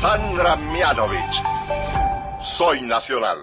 Sandra Mianovich. Soy Nacional.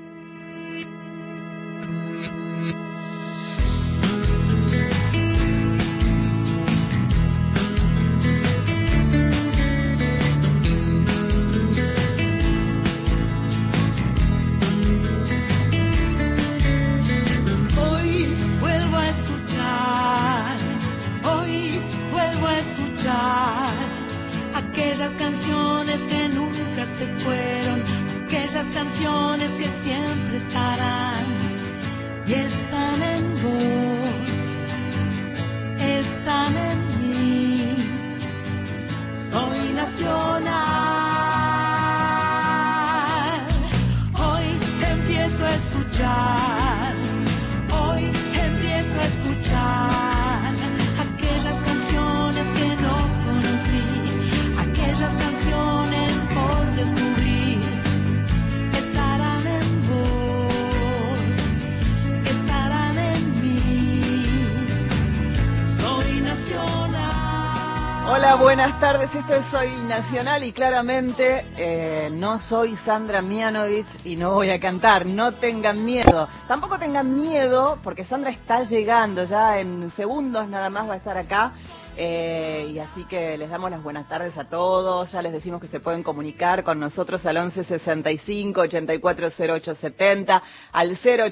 Hola, buenas tardes, esto es Soy Nacional y claramente no soy Sandra Mianovich y no voy a cantar, no tengan miedo. Tampoco tengan miedo porque Sandra está llegando, ya en segundos nada más va a estar acá. Y así que les damos las buenas tardes a todos, ya les decimos que se pueden comunicar con nosotros al 1165-840870, al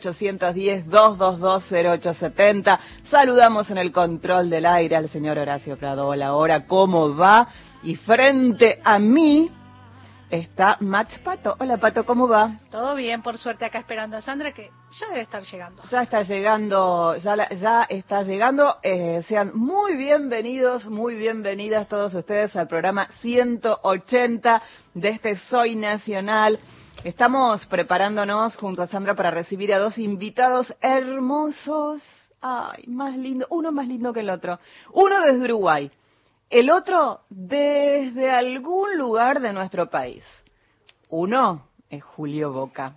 0810-222-0870. Saludamos en el control del aire al señor Horacio Prado. Hola, ahora, ¿cómo va? Y frente a mí está Mach Pato. Hola, Pato, ¿cómo va? Todo bien, por suerte, acá esperando a Sandra, que ya debe estar llegando. Ya está llegando, ya está llegando. Sean muy bienvenidos, muy bienvenidas todos ustedes al programa 180 de este Soy Nacional. Estamos preparándonos junto a Sandra para recibir a dos invitados hermosos. Ay, más lindo, uno más lindo que el otro. Uno desde Uruguay. El otro desde algún lugar de nuestro país. Uno es Julio Boca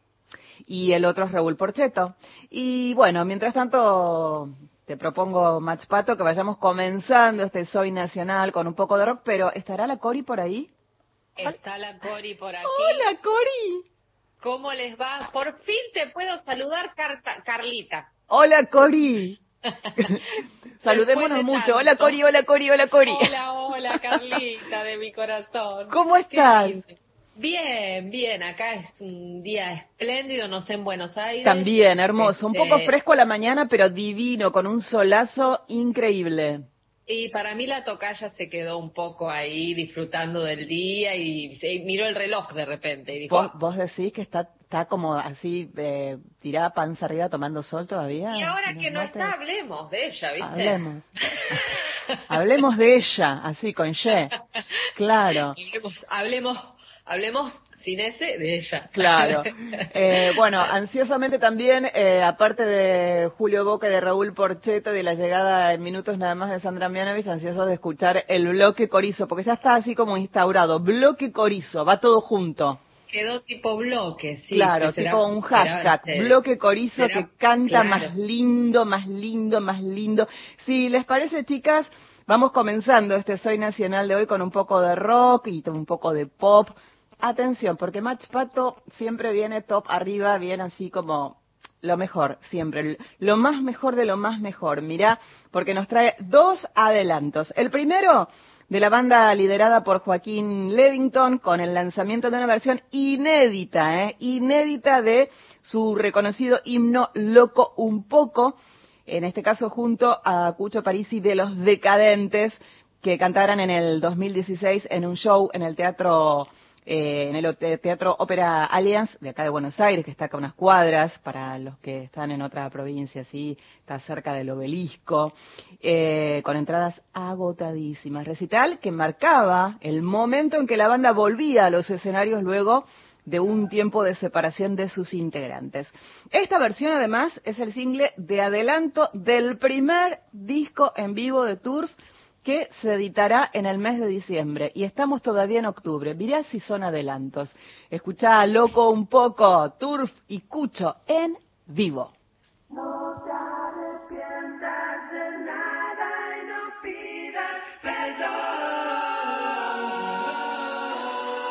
y el otro es Raúl Porchetto. Y bueno, mientras tanto te propongo, Mach Pato, que vayamos comenzando este Soy Nacional con un poco de rock, pero ¿estará la Cori por ahí? Está la Cori por aquí. ¡Hola, Cori! ¿Cómo les va? Por fin te puedo saludar, Carlita. ¡Hola, Cori! Saludémonos mucho. Hola, Cori, hola, Cori, hola, Cori. Hola, hola, Carlita de mi corazón. ¿Cómo estás? Bien, bien. Acá es un día espléndido, no sé, en Buenos Aires. También, hermoso. Un poco fresco a la mañana, pero divino, con un solazo increíble. Y para mí la tocaya se quedó un poco ahí disfrutando del día y miró el reloj de repente y dijo... ¿Vos decís que está como así tirada panza arriba tomando sol todavía? Y ahora que no está, hablemos de ella, ¿viste? Hablemos de ella, así con Y. Claro. Hablemos sin ese de ella. Claro. Bueno, ansiosamente también, aparte de Julio Boca y de Raúl Porchetto, de la llegada en minutos nada más de Sandra Mianovich, ansiosos de escuchar el bloque Corizo, porque ya está así como instaurado. Bloque Corizo, va todo junto. Quedó tipo bloque, sí. Claro, tipo un hashtag, bloque Corizo, que canta claro. Más lindo, más lindo, más lindo. Si les parece, chicas, vamos comenzando este Soy Nacional de hoy con un poco de rock y un poco de pop. Atención, porque Mach Pato siempre viene top arriba, viene así como lo mejor, siempre. Lo más mejor de lo más mejor. Mirá, porque nos trae dos adelantos. El primero, de la banda liderada por Joaquín Levington, con el lanzamiento de una versión inédita, inédita de su reconocido himno Loco un poco, en este caso junto a Cucho Parisi de Los Decadentes, que cantaron en el 2016 en un show en el Teatro Ópera Allianz, de acá de Buenos Aires, que está acá a unas cuadras, para los que están en otra provincia, sí, está cerca del Obelisco, con entradas agotadísimas. Recital que marcaba el momento en que la banda volvía a los escenarios luego de un tiempo de separación de sus integrantes. Esta versión, además, es el single de adelanto del primer disco en vivo de Turf, que se editará en el mes de diciembre, y estamos todavía en octubre. Mirá si son adelantos. Escuchá Loco un poco, Turf y Cucho en vivo. No te arrepientas de nada y no pidas perdón.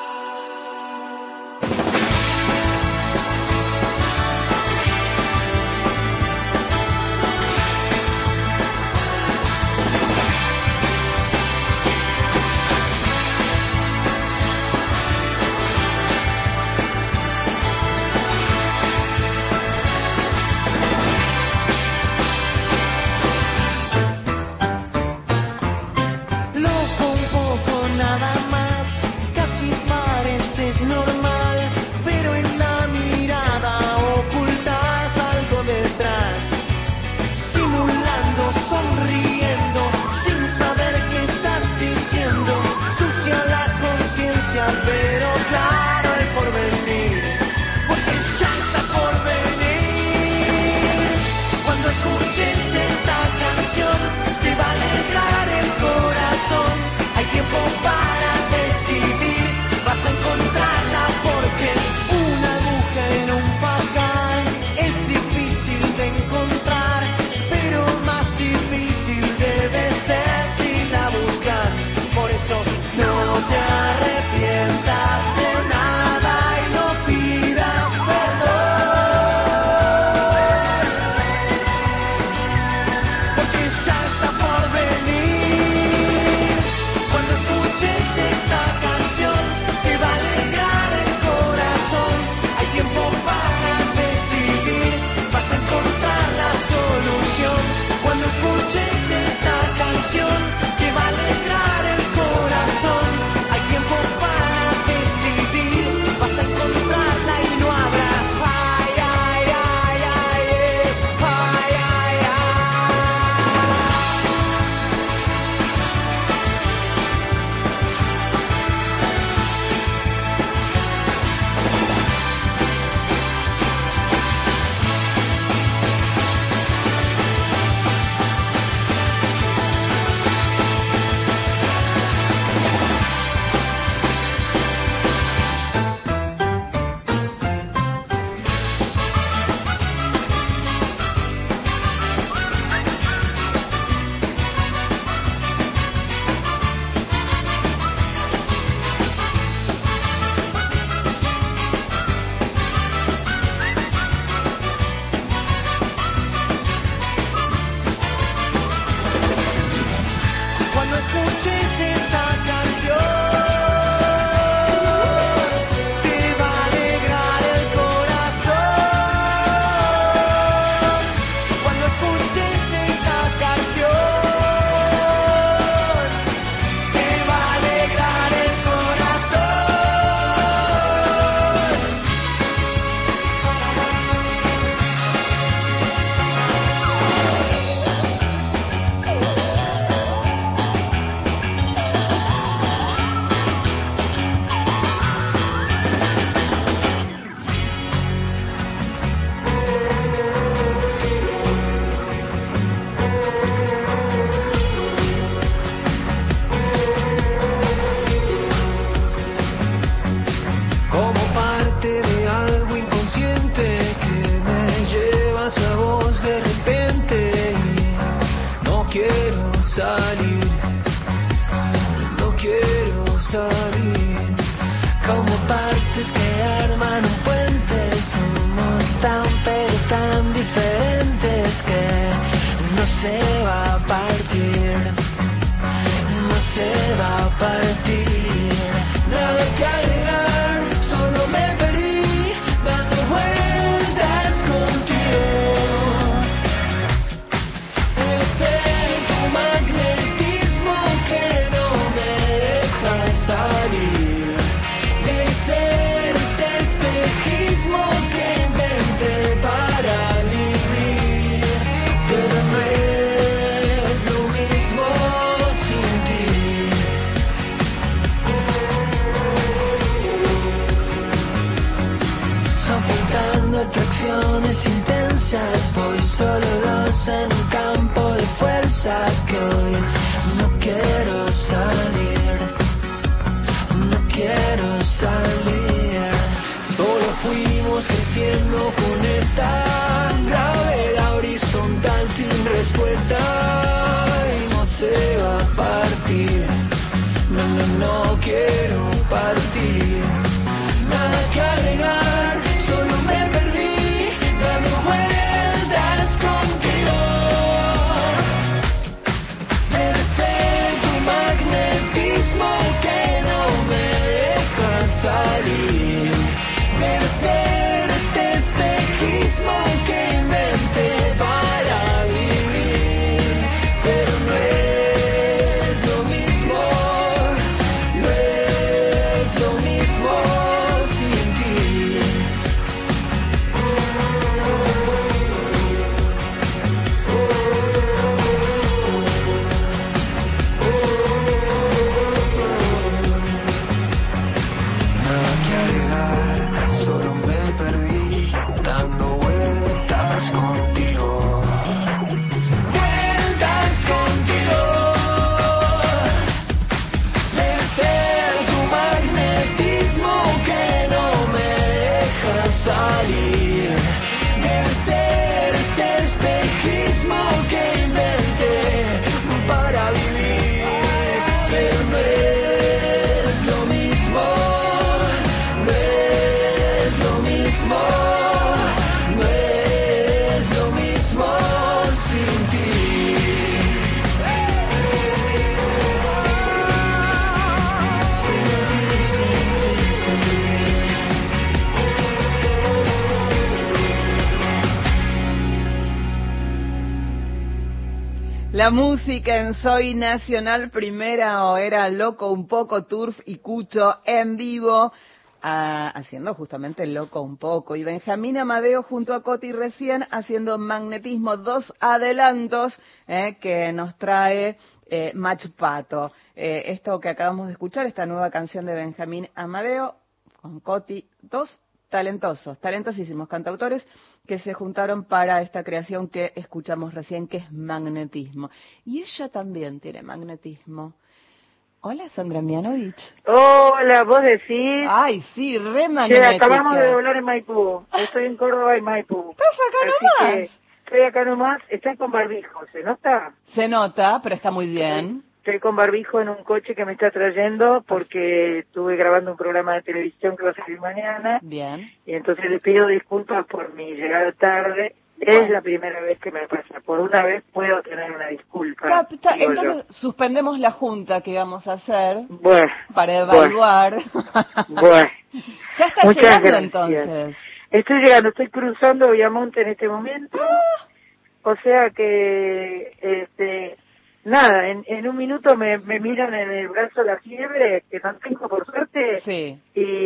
La música en Soy Nacional, primera o era Loco un poco, Turf y Cucho en vivo, haciendo justamente Loco un poco. Y Benjamín Amadeo junto a Coti recién haciendo Magnetismo, 2 adelantos que nos trae Mach Pato. Esto que acabamos de escuchar, esta nueva canción de Benjamín Amadeo con Coti, 2 talentosísimos cantautores que se juntaron para esta creación que escuchamos recién, que es Magnetismo. Y ella también tiene magnetismo. Hola, Sandra Mianovich. Hola, ¿vos decís? Ay, sí, re magnética. Acabamos de volar en Maipú. Estoy en Córdoba y Maipú. ¿Estás acá nomás? Estoy acá nomás. Estoy con barbijo, ¿se nota? Se nota, pero está muy bien. Estoy con barbijo en un coche que me está trayendo porque estuve grabando un programa de televisión que va a salir mañana. Bien. Y entonces le pido disculpas por mi llegada tarde. Es la primera vez que me pasa. Por una vez puedo tener una disculpa. Entonces suspendemos la junta que íbamos a hacer para evaluar. Bueno. Ya está Muchas llegando gracias. Entonces. Estoy llegando, estoy cruzando Viamonte en este momento. O sea que, nada, en un minuto me miran en el brazo la fiebre, que no tengo por suerte. Sí.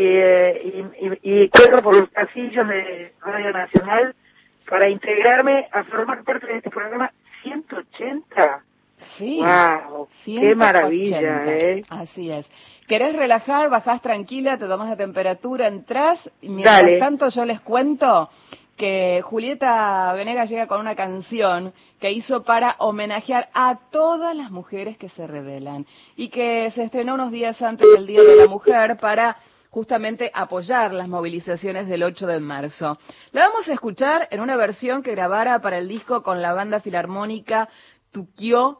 Y corro por los pasillos de Radio Nacional para integrarme a formar parte de este programa 180. Sí. ¡Wow! 180. ¡Qué maravilla, Así es. ¿Querés relajar? Bajás tranquila, te tomas la temperatura, entrás. Y mientras tanto yo les cuento que Julieta Venegas llega con una canción que hizo para homenajear a todas las mujeres que se rebelan y que se estrenó unos días antes del Día de la Mujer para justamente apoyar las movilizaciones del 8 de marzo. La vamos a escuchar en una versión que grabara para el disco con la banda filarmónica Tukio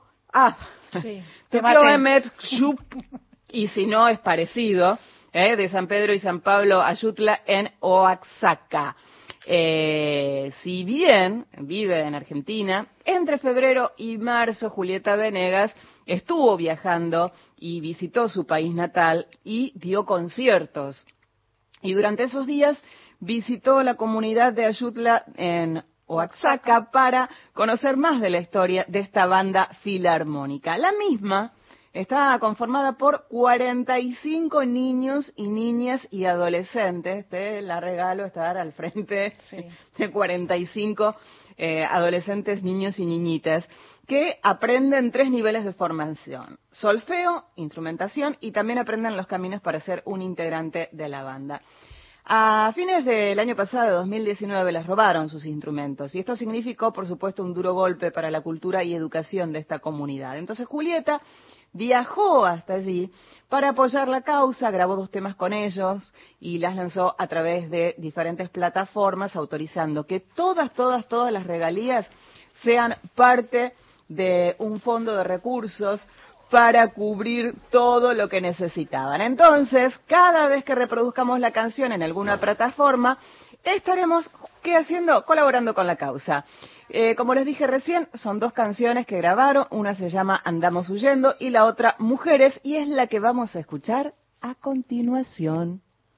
Emet Xup, y si no es parecido, de San Pedro y San Pablo Ayutla en Oaxaca. Si bien vive en Argentina, entre febrero y marzo Julieta Venegas estuvo viajando y visitó su país natal y dio conciertos. Y durante esos días visitó la comunidad de Ayutla en Oaxaca para conocer más de la historia de esta banda filarmónica. La misma está conformada por 45 niños y niñas y adolescentes. Te la regalo estar al frente de 45 adolescentes, niños y niñitas que aprenden 3 niveles de formación: solfeo, instrumentación y también aprenden los caminos para ser un integrante de la banda. A fines del año pasado, 2019, les robaron sus instrumentos y esto significó, por supuesto, un duro golpe para la cultura y educación de esta comunidad. Entonces Julieta viajó hasta allí para apoyar la causa, grabó 2 temas con ellos y las lanzó a través de diferentes plataformas, autorizando que todas las regalías sean parte de un fondo de recursos para cubrir todo lo que necesitaban. Entonces, cada vez que reproduzcamos la canción en alguna plataforma, estaremos, ¿qué haciendo? Colaborando con la causa. Como les dije recién, son 2 canciones que grabaron, una se llama Andamos Huyendo y la otra Mujeres, y es la que vamos a escuchar a continuación.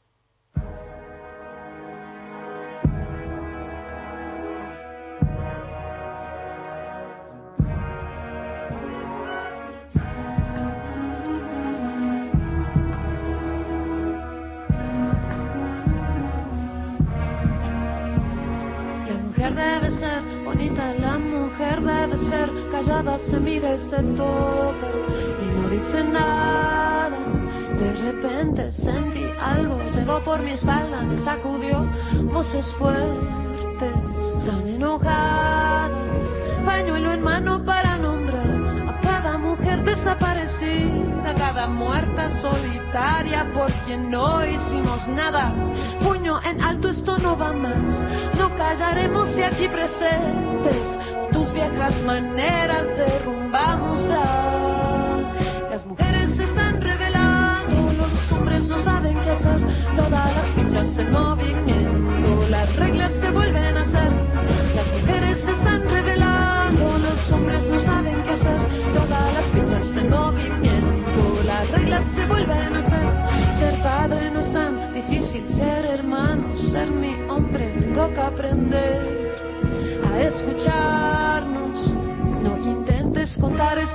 Debe ser bonita, la mujer debe ser callada, se mira y se toca y no dice nada. De repente sentí algo, llegó por mi espalda, me sacudió, voces fuertes, tan enojadas, pañuelo en mano para nombrar a cada mujer desaparecida, a cada muerta solitaria por quien no hicimos nada. Puño en alto, esto no va más, no callaremos si aquí presentes tus viejas maneras derrumbamos ya. Las mujeres se están revelando, los hombres no saben qué hacer, todas las fichas en movimiento, las reglas se vuelven a hacer. Las mujeres se están revelando, los hombres no saben qué hacer, todas las fichas en movimiento, las reglas se vuelven a hacer. Ser padre no es tan difícil, ser hermano, ser mi hombre, toca aprender a escucharnos, no intentes con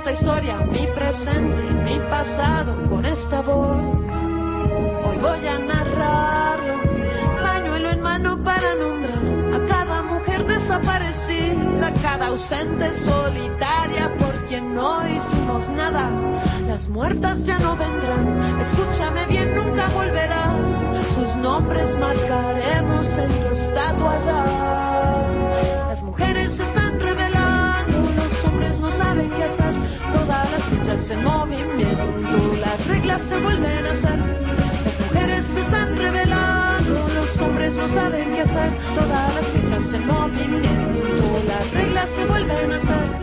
esta historia, mi presente y mi pasado con esta voz. Hoy voy a narrarlo, pañuelo en mano para nombrar a cada mujer desaparecida, cada ausente solitaria por quien no hicimos nada. Las muertas ya no vendrán, escúchame bien, nunca volverán. Sus nombres marcaremos en tu estatua allá. Las mujeres se están revelando, los hombres no saben qué hacer. Todas las fichas en movimiento, las reglas se vuelven a hacer. Las mujeres se están revelando, los hombres no saben qué hacer. Todas las fichas en movimiento, las reglas se vuelven a hacer.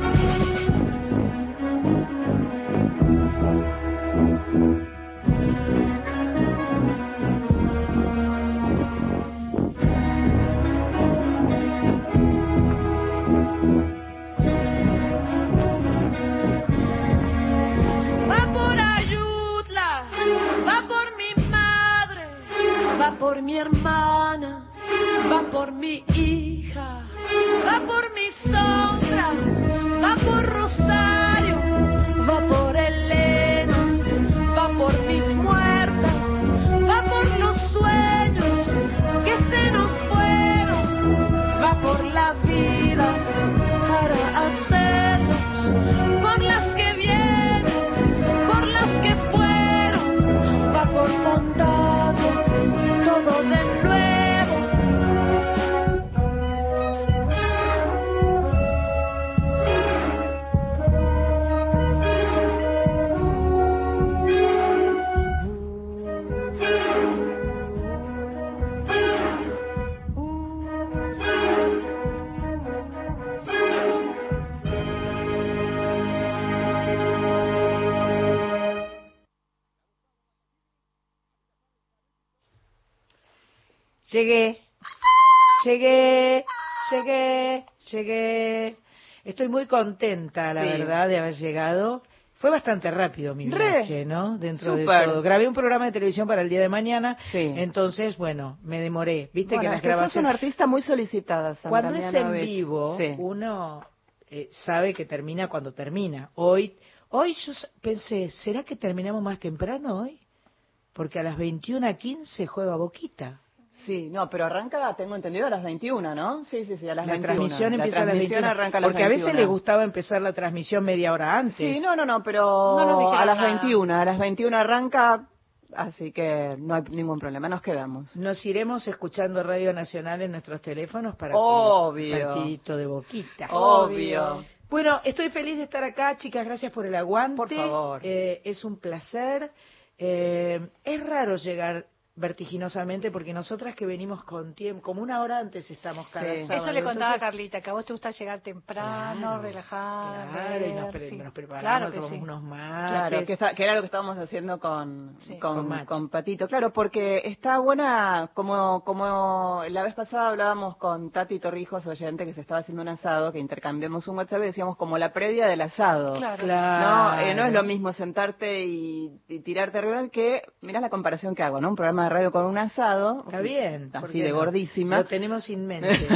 Por mi hermana, va por mi hija, va por mi sombra, va por Rosario, va por Elena, va por mis muertas, va por los sueños que se nos fueron, va por la vida para hacernos, por las que vienen, por las que fueron, va por contarlo todo de nuevo. Llegué. Estoy muy contenta, la verdad, de haber llegado. Fue bastante rápido mi viaje, ¿no? Dentro de todo. Grabé un programa de televisión para el día de mañana, entonces, bueno, me demoré. Viste que las grabaciones... Sos una artista muy solicitada, Sandra. Cuando es en vivo, uno sabe que termina cuando termina. Hoy yo pensé, ¿será que terminamos más temprano hoy? Porque a las 21:15 juega Boquita. Sí, no, pero arranca, tengo entendido, a las 21, ¿no? Sí, a las 21. La transmisión empieza a las 21. Arranca a las porque 21. A veces le gustaba empezar la transmisión media hora antes. Sí, no, pero no a las 21. A las 21 arranca, así que no hay ningún problema, nos quedamos. Nos iremos escuchando Radio Nacional en nuestros teléfonos para un partidito de Boquita. Obvio. Bueno, estoy feliz de estar acá, chicas, gracias por el aguante. Por favor. Es un placer. Es raro llegar vertiginosamente porque nosotras que venimos con tiempo, como una hora antes estamos cada sábado. Eso le contaba a Carlita, que a vos te gusta llegar temprano, relajar, claro, y nos preparamos, tomamos unos mates. Claro, que era lo que estábamos haciendo con Patito. Claro, porque está buena, como la vez pasada hablábamos con Tati Torrijos, oyente, que se estaba haciendo un asado, que intercambiamos un WhatsApp y decíamos como la previa del asado. Claro. No es lo mismo sentarte y tirarte arriba que, mirá la comparación que hago, ¿no? Un programa de radio con un asado. Está bien. Así de gordísima. Lo tenemos en mente.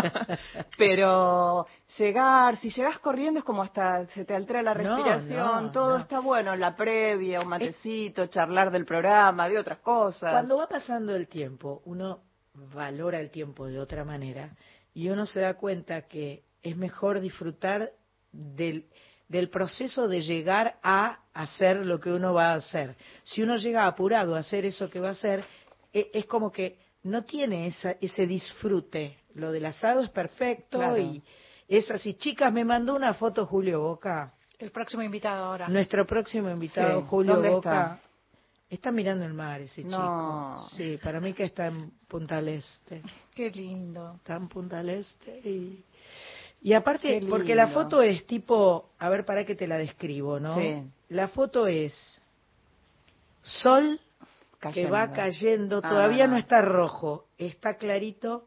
Pero si llegás corriendo es como hasta se te altera la respiración, todo está bueno, la previa, un matecito, charlar del programa, de otras cosas. Cuando va pasando el tiempo, uno valora el tiempo de otra manera y uno se da cuenta que es mejor disfrutar del proceso de llegar a hacer lo que uno va a hacer. Si uno llega apurado a hacer eso que va a hacer, es como que no tiene ese disfrute. Lo del asado es perfecto y es así. Chicas, me mandó una foto Julio Boca. El próximo invitado ahora. Nuestro próximo invitado, Julio Boca. Está mirando el mar ese chico. Sí, para mí que está en Punta del Este. Qué lindo. Está en Punta del Este y aparte, porque la foto es tipo, a ver, para que te la describo, ¿no? Sí. La foto es sol que va cayendo, todavía no está rojo, está clarito,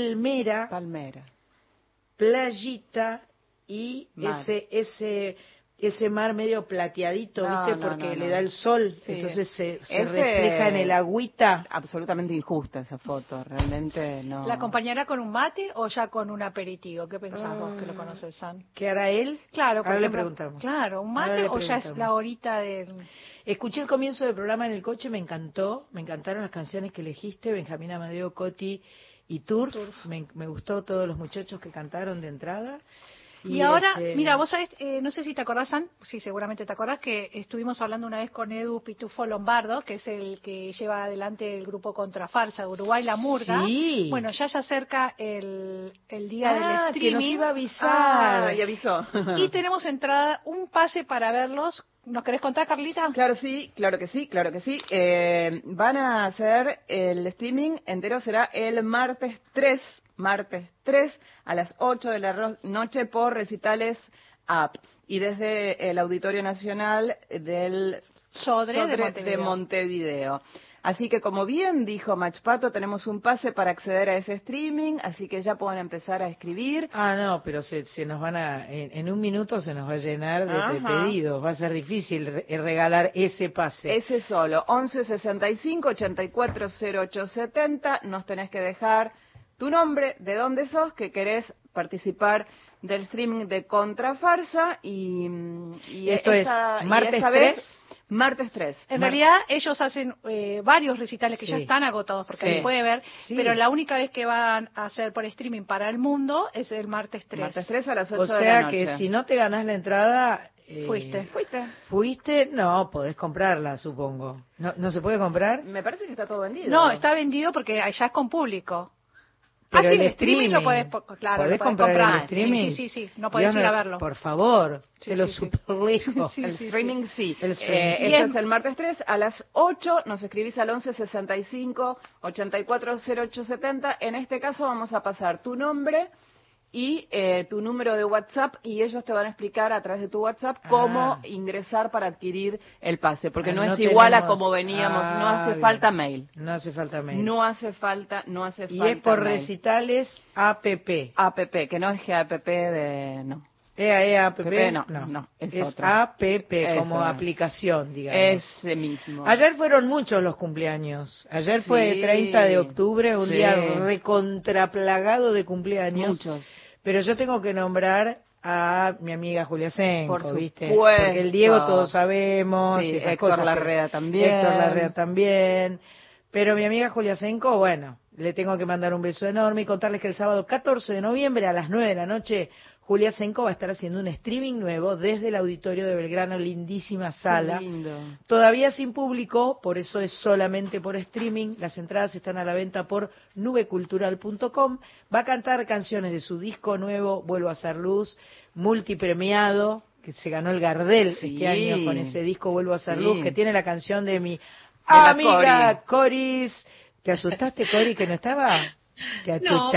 palmera, palmera, playita y mar. ese ese mar medio plateadito, No, ¿viste? no, Porque no, le no. da el sol, Sí. entonces se Ese- refleja en el agüita. Absolutamente injusta esa foto, realmente no. ¿La acompañará con un mate o ya con un aperitivo? ¿Qué pensás vos que lo conoces, San? ¿Qué hará él? Claro, por Ahora le ejemplo, preguntamos. Claro, un Ahora mate le o ya es preguntamos. la horita del... Escuché el comienzo del programa en el coche, me encantó, me encantaron las canciones que elegiste, Benjamín Amadeo, Coti y Turf. Me gustó todos los muchachos que cantaron de entrada. Y ahora, mira, vos sabés, no sé si te acordás, San, sí, seguramente te acordás, que estuvimos hablando una vez con Edu Pitufo Lombardo, que es el que lleva adelante el grupo Contrafarsa de Uruguay, La Murga. Sí. Bueno, ya se acerca el día del streaming. Que nos iba a avisar. Y avisó. Y tenemos entrada, un pase para verlos. ¿Nos querés contar, Carlita? Claro, sí, claro que sí, claro que sí. Van a hacer el streaming entero, será el martes 3 a las 8 de la noche por Recitales App. Y desde el Auditorio Nacional del Sodre de de Montevideo. Así que, como bien dijo Machpato, tenemos un pase para acceder a ese streaming, así que ya pueden empezar a escribir. No, pero se nos van en un minuto se nos va a llenar de pedidos, va a ser difícil regalar ese pase. Ese solo, 1165-840870, nos tenés que dejar tu nombre, de dónde sos, que querés participar del streaming de Contrafarsa y esto es martes 3. Martes 3. En realidad ellos hacen varios recitales que ya están agotados porque se puede ver, pero la única vez que van a hacer por streaming para el mundo es el martes 3. Martes 3 a las 8 o de la sea noche. que si no te ganás la entrada... ¿Fuiste? No, podés comprarla, supongo. ¿No se puede comprar? Me parece que está todo vendido. No, está vendido porque ya es con público. Pero sí, el streaming lo podés, claro, ¿podés lo podés comprar comprar. el streaming? Sí, no podés ir a verlo. Por favor, te lo superlejo. El streaming sí. El streaming. Esto es el martes 3 a las 8, nos escribís al 1165-840870. En este caso vamos a pasar tu nombre y tu número de WhatsApp y ellos te van a explicar a través de tu WhatsApp cómo ingresar para adquirir el pase, porque no es igual a como veníamos, no hace falta mail. No hace falta mail. No hace falta Y es por mail. Recitales app. APP, que no es GAPP de... no. App, no, es otro. app Eso como es. aplicación, digamos. Ese mismo. Ayer fueron muchos los cumpleaños. Ayer fue 30 de octubre, un día recontraplagado de cumpleaños. Muchos. Pero yo tengo que nombrar a mi amiga Julia Senko, Por ¿viste? supuesto. Porque el Diego todos sabemos. Sí, esas Héctor cosas Larrea también. Héctor Larrea también. Pero mi amiga Julia Senko, bueno, le tengo que mandar un beso enorme y contarles que el sábado 14 de noviembre a las 9 de la noche Julia Senko va a estar haciendo un streaming nuevo desde el Auditorio de Belgrano, lindísima sala. Qué lindo. Todavía sin público, por eso es solamente por streaming. Las entradas están a la venta por nubecultural.com. Va a cantar canciones de su disco nuevo, Vuelvo a Hacer Luz, multipremiado, que se ganó el Gardel este año con ese disco Vuelvo a Hacer Luz, que tiene la canción de mi amiga Coris. ¿Te asustaste, Cori, que no estaba? Te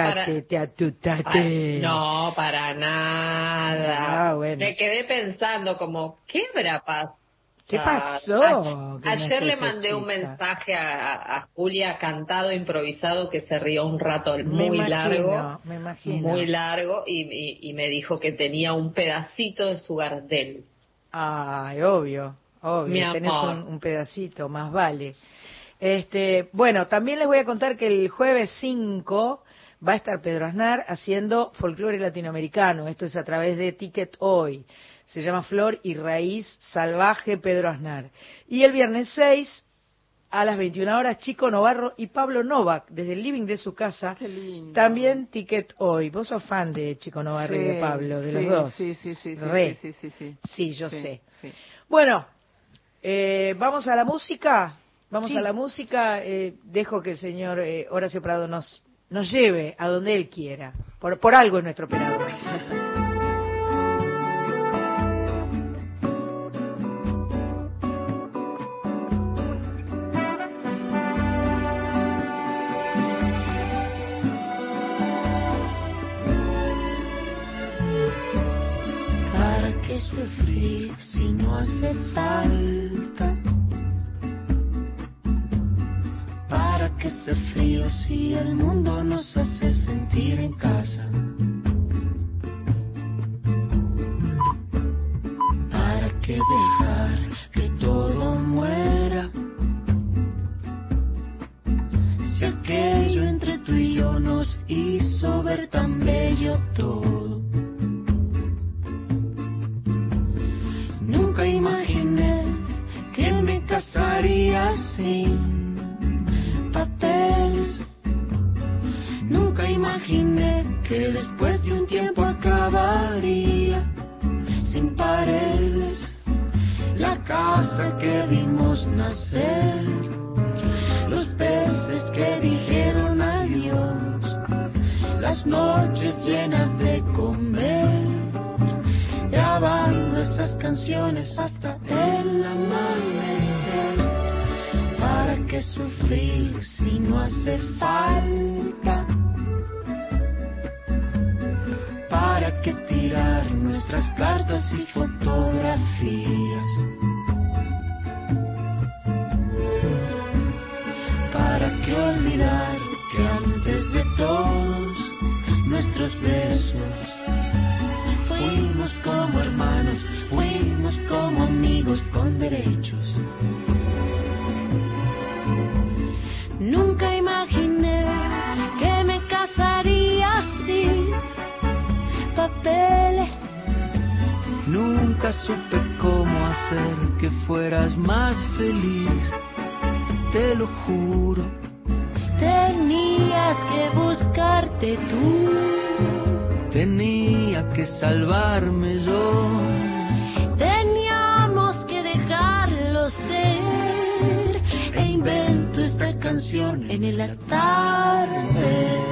atutaste. No, para nada. Bueno. Me quedé pensando como, ¿qué habrá pasado? ¿Qué pasó? Ayer le mandé un mensaje a Julia cantado, improvisado, que se rió un rato largo. Me imagino. Muy largo, y me dijo que tenía un pedacito de su Gardel. Ay, obvio. Mi Tenés amor. un pedacito, más vale. Bueno, también les voy a contar que el jueves 5 va a estar Pedro Aznar haciendo folclore latinoamericano. Esto es a través de Ticket Hoy. Se llama Flor y Raíz Salvaje Pedro Aznar. Y el viernes 6, a las 21 horas, Chico Novarro y Pablo Novak, desde el living de su casa. Qué lindo. También Ticket Hoy. Vos sos fan de Chico Novarro y de Pablo, de los dos. Sí. Sí, yo sé. Sí. Bueno, vamos a la música. Vamos a la música. Dejo que el señor Horacio Prado nos lleve a donde él quiera. Por algo es nuestro operador. ¿Para qué sufrir si no hace falta? ¿Para qué ser frío si el mundo nos hace sentir en casa? que dejar que todo muera. Si aquello entre tú y yo nos hizo ver tan bello todo. Nunca imaginé que me casaría sin papeles. Nunca imaginé que después de un tiempo acabaría sin paredes. La casa que vimos nacer, los peces que dijeron adiós, las noches llenas de comer, grabando esas canciones hasta el amanecer. ¿Para qué sufrir si no hace falta? ¿Para qué tirar nuestras cartas y fotografías? ¿Para qué olvidar que antes de todos nuestros besos fuimos como hermanos, fuimos como amigos con derechos? Nunca imaginé que me casaría sin papeles. Nunca supe cómo hacer que fueras más feliz, te lo juro. Tenías que buscarte tú, tenía que salvarme yo. Teníamos que dejarlo ser, e invento esta canción en el atardecer.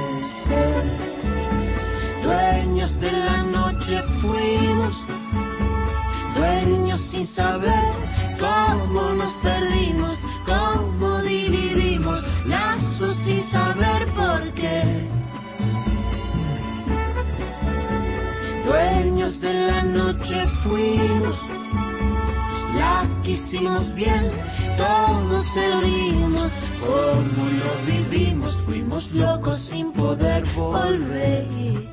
Dueños de la noche fuimos, dueños sin saber cómo nos perdimos, cómo dividimos lazos sin saber por qué. Dueños de la noche fuimos, la quisimos bien, todos se lo dimos, como lo vivimos, fuimos locos sin poder volver,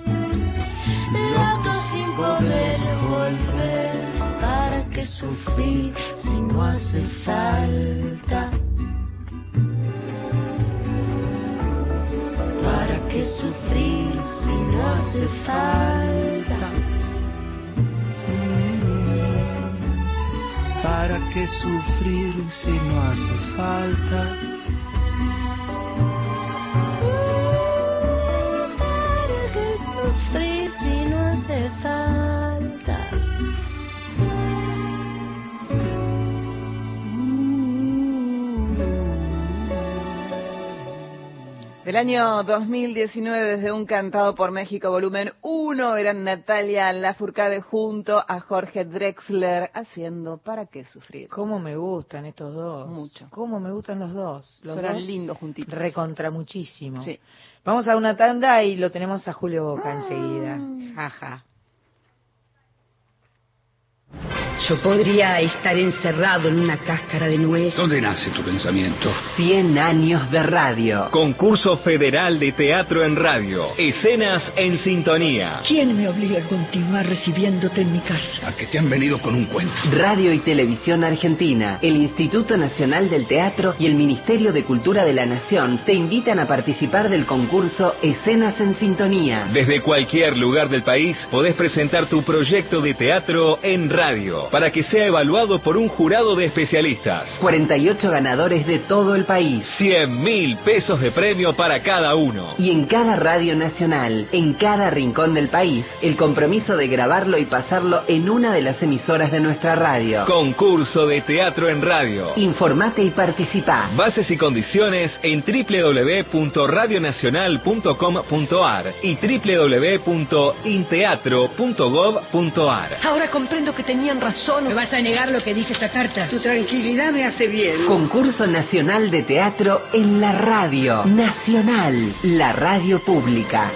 locos sin poder volver. ¿Para qué sufrir si no hace falta? ¿Para qué sufrir si no hace falta? ¿Para qué sufrir si no hace falta? ¿Para qué sufrir si no hace falta? Del año 2019, desde un cantado por México, volumen 1, eran Natalia Lafourcade junto a Jorge Drexler haciendo ¿Para qué sufrir? ¿Cómo me gustan estos dos? Mucho. ¿Cómo me gustan los dos? Los Eran dos lindos juntitos. Recontra muchísimo. Sí. Vamos a una tanda y lo tenemos a Julio Boca enseguida. Jaja. Yo podría estar encerrado en una cáscara de nuez. ¿Dónde nace tu pensamiento? 100 años de radio. Concurso Federal de Teatro en Radio. Escenas en sintonía. ¿Quién me obliga a continuar recibiéndote en mi casa? A que te han venido con un cuento. Radio y Televisión Argentina, el Instituto Nacional del Teatro y el Ministerio de Cultura de la Nación te invitan a participar del concurso Escenas en Sintonía. Desde cualquier lugar del país podés presentar tu proyecto de teatro en radio, para que sea evaluado por un jurado de especialistas. 48 ganadores de todo el país. 100.000 pesos de premio para cada uno. Y en cada radio nacional, en cada rincón del país, el compromiso de grabarlo y pasarlo en una de las emisoras de nuestra radio. Concurso de teatro en radio. Informate y participá. Bases y condiciones en www.radionacional.com.ar y www.inteatro.gov.ar. Ahora comprendo que tenían razón. ¿Me vas a negar lo que dice esta carta? Tu tranquilidad me hace bien. Concurso Nacional de Teatro en la Radio Nacional, la radio pública.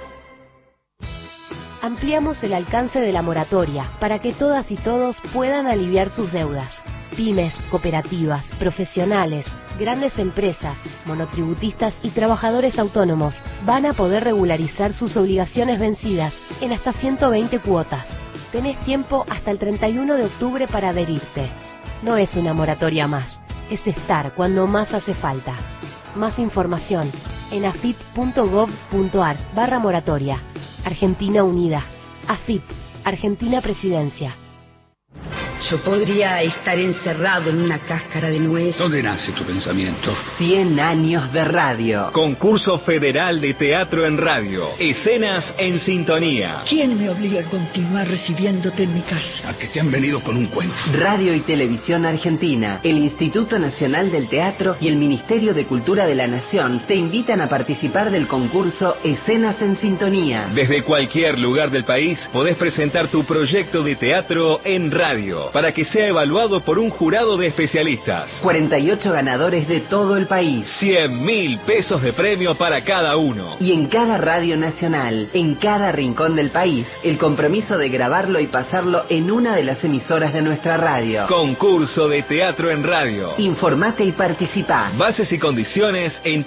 Ampliamos el alcance de la moratoria para que todas y todos puedan aliviar sus deudas. Pymes, cooperativas, profesionales, grandes empresas, monotributistas y trabajadores autónomos van a poder regularizar sus obligaciones vencidas en hasta 120 cuotas. Tenés tiempo hasta el 31 de octubre para adherirte. No es una moratoria más, es estar cuando más hace falta. Más información en afip.gov.ar/moratoria. Argentina Unida. AFIP, Argentina Presidencia. Yo podría estar encerrado en una cáscara de nuez. ¿Dónde nace tu pensamiento? 100 años de radio. Concurso Federal de Teatro en Radio. Escenas en sintonía. ¿Quién me obliga a continuar recibiéndote en mi casa? A que te han venido con un cuento. Radio y Televisión Argentina, el Instituto Nacional del Teatro y el Ministerio de Cultura de la Nación te invitan a participar del concurso Escenas en Sintonía. Desde cualquier lugar del país podés presentar tu proyecto de teatro en radio, para que sea evaluado por un jurado de especialistas. 48 ganadores de todo el país. 100.000 pesos de premio para cada uno. Y en cada radio nacional, en cada rincón del país, el compromiso de grabarlo y pasarlo en una de las emisoras de nuestra radio. Concurso de teatro en radio. Informate y participá. Bases y condiciones en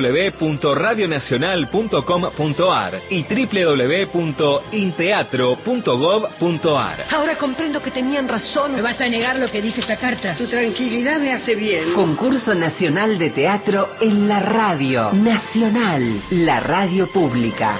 www.radionacional.com.ar y www.inteatro.gov.ar. Ahora comprendo que tenían razón. ¿Me vas a negar lo que dice esta carta? Tu tranquilidad me hace bien. Concurso Nacional de Teatro en la Radio Nacional, la radio pública.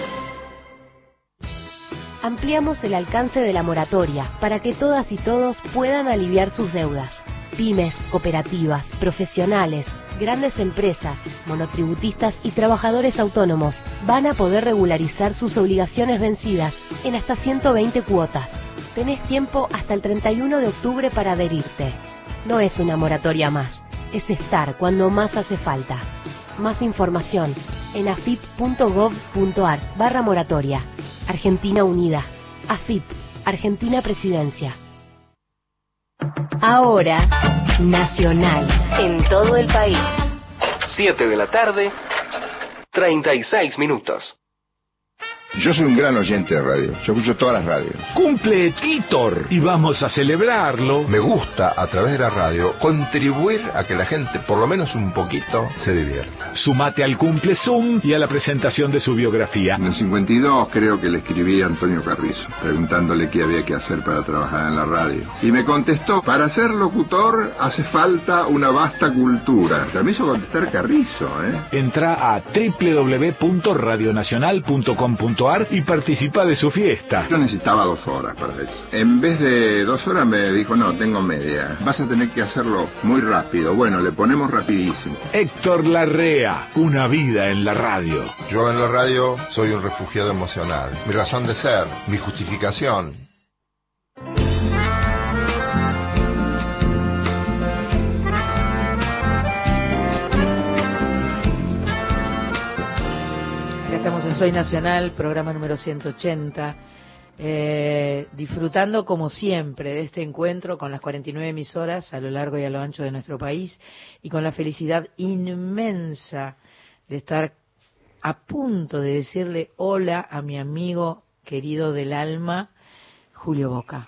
Ampliamos el alcance de la moratoria para que todas y todos puedan aliviar sus deudas. Pymes, cooperativas, profesionales, grandes empresas, monotributistas y trabajadores autónomos van a poder regularizar sus obligaciones vencidas en hasta 120 cuotas. Tenés tiempo hasta el 31 de octubre para adherirte. No es una moratoria más, es estar cuando más hace falta. Más información en afip.gov.ar/moratoria. Argentina Unida. AFIP, Argentina Presidencia. Ahora, nacional, en todo el país. 7 de la tarde, 36 minutos. Yo soy un gran oyente de radio. Yo escucho todas las radios. Cumple Titor y vamos a celebrarlo. Me gusta, a través de la radio, contribuir a que la gente, por lo menos un poquito, se divierta. Sumate al Cumple Zoom y a la presentación de su biografía. En el 52 creo que le escribí a Antonio Carrizo, preguntándole qué había que hacer para trabajar en la radio. Y me contestó, para ser locutor hace falta una vasta cultura. Me hizo contestar Carrizo, Entra a www.radionacional.com.ar y participa de su fiesta. Yo necesitaba 2 horas para eso. En vez de 2 horas me dijo, no, tengo media. Vas a tener que hacerlo muy rápido. Bueno, le ponemos rapidísimo. Héctor Larrea, una vida en la radio. Yo en la radio soy un refugiado emocional. Mi razón de ser, mi justificación. Estamos en Soy Nacional, programa número 180, disfrutando como siempre de este encuentro con las 49 emisoras a lo largo y a lo ancho de nuestro país y con la felicidad inmensa de estar a punto de decirle hola a mi amigo querido del alma, Julio Boca.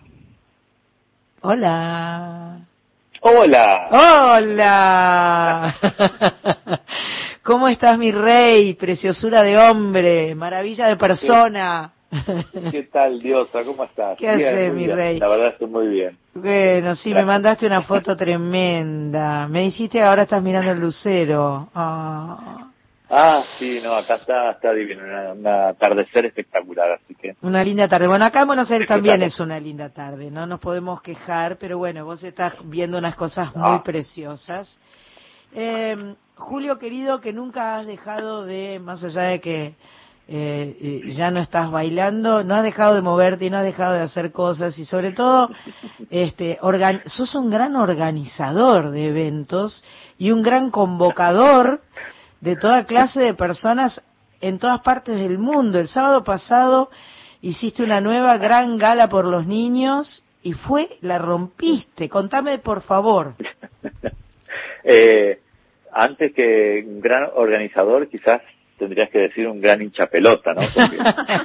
Hola. Hola. Hola. ¿Cómo estás, mi rey? Preciosura de hombre, maravilla de persona. ¿Qué tal, Diosa? ¿Cómo estás? ¿Qué haces, mi rey? La verdad estoy muy bien. Bueno, sí, me mandaste una foto tremenda. Me dijiste que ahora estás mirando el lucero. Sí, no, acá está divino, un atardecer espectacular, así que... Una linda tarde. Bueno, acá en Buenos Aires también es una linda tarde, no nos podemos quejar, pero bueno, vos estás viendo unas cosas muy preciosas. Julio, querido, que nunca has dejado de, más allá de que ya no estás bailando, no has dejado de moverte y no has dejado de hacer cosas, y sobre todo sos un gran organizador de eventos y un gran convocador de toda clase de personas en todas partes del mundo. El sábado pasado hiciste una nueva gran gala por los niños y la rompiste. Contame, por favor. Antes que un gran organizador, quizás tendrías que decir un gran hinchapelota, ¿no? Porque...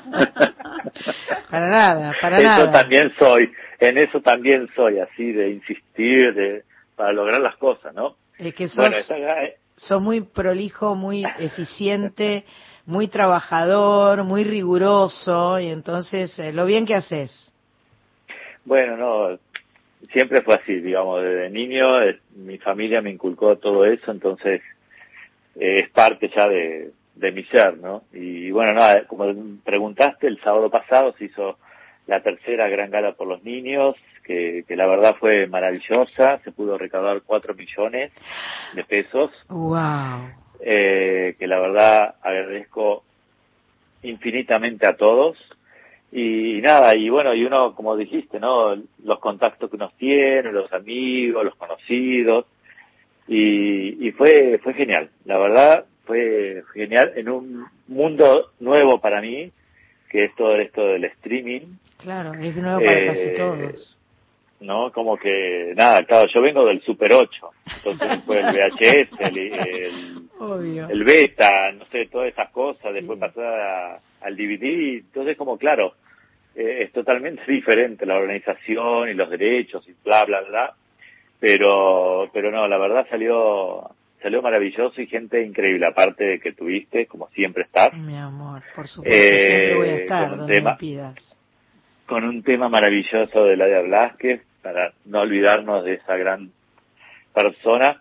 Para nada. En eso también soy, así de insistir, para lograr las cosas, ¿no? Es que sos muy prolijo, muy eficiente, muy trabajador, muy riguroso, y entonces, lo bien que haces. Bueno, no, siempre fue así, digamos, desde niño mi familia me inculcó todo eso, entonces es parte ya de mi ser, ¿no? Y bueno, nada, como preguntaste, el sábado pasado se hizo la tercera gran gala por los niños, que la verdad fue maravillosa, se pudo recaudar 4 millones de pesos. ¡Wow! Que la verdad agradezco infinitamente a todos. Y nada, y bueno, y uno, como dijiste, ¿no? Los contactos que uno tiene, los amigos, los conocidos, y fue genial, la verdad fue genial en un mundo nuevo para mí, que es todo esto del streaming. Claro, es nuevo para casi todos. ¿No? Como que, nada, claro, yo vengo del Super 8, entonces después el VHS, el beta, no sé, todas esas cosas, después pasar al DVD, entonces como claro, es totalmente diferente la organización y los derechos y bla, bla, bla, pero no, la verdad salió maravilloso y gente increíble, aparte de que tuviste, como siempre estás. Mi amor, por supuesto, siempre voy a estar donde me pidas. Con un tema maravilloso de Ladia Blasquez, para no olvidarnos de esa gran persona.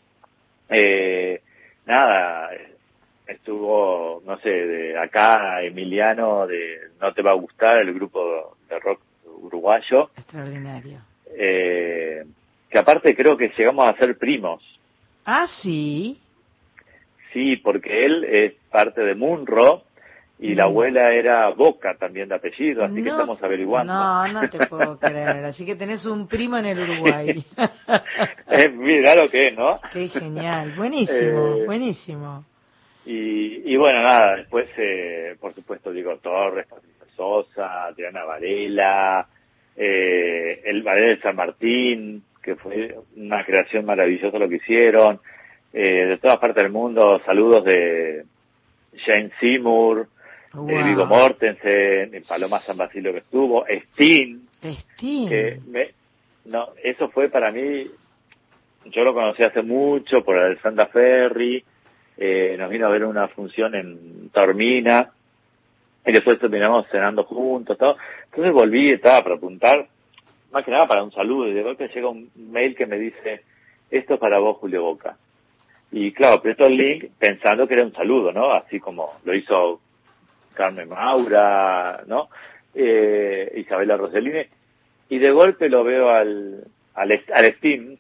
Nada, estuvo, no sé, de acá Emiliano, de No Te Va a Gustar, el grupo de rock uruguayo. Extraordinario. Que aparte creo que llegamos a ser primos. Ah, sí. Sí, porque él es parte de Munro y la abuela era Boca también de apellido, así que estamos averiguando. No te puedo creer. Así que tenés un primo en el Uruguay. Mira lo que es, ¿no? Qué genial. Buenísimo, buenísimo. Y bueno, nada, después, por supuesto, Diego Torres, Patricia Sosa, Adriana Varela, el Ballet de San Martín, que fue una creación maravillosa lo que hicieron. De todas partes del mundo, saludos de Jane Seymour, Viggo Mortensen, Paloma San Basilio que estuvo, Sting. Que eso fue para mí, yo lo conocí hace mucho por el Santa Ferry, nos vino a ver una función en Taormina, y después terminamos cenando juntos, todo. Entonces volví, estaba para apuntar, más que nada para un saludo, y de golpe llega un mail que me dice, esto es para vos, Julio Boca. Y claro, aprieto el link pensando que era un saludo, ¿no? Así como lo hizo Carmen Maura, ¿no? Isabela Rossellini. Y de golpe lo veo al Steam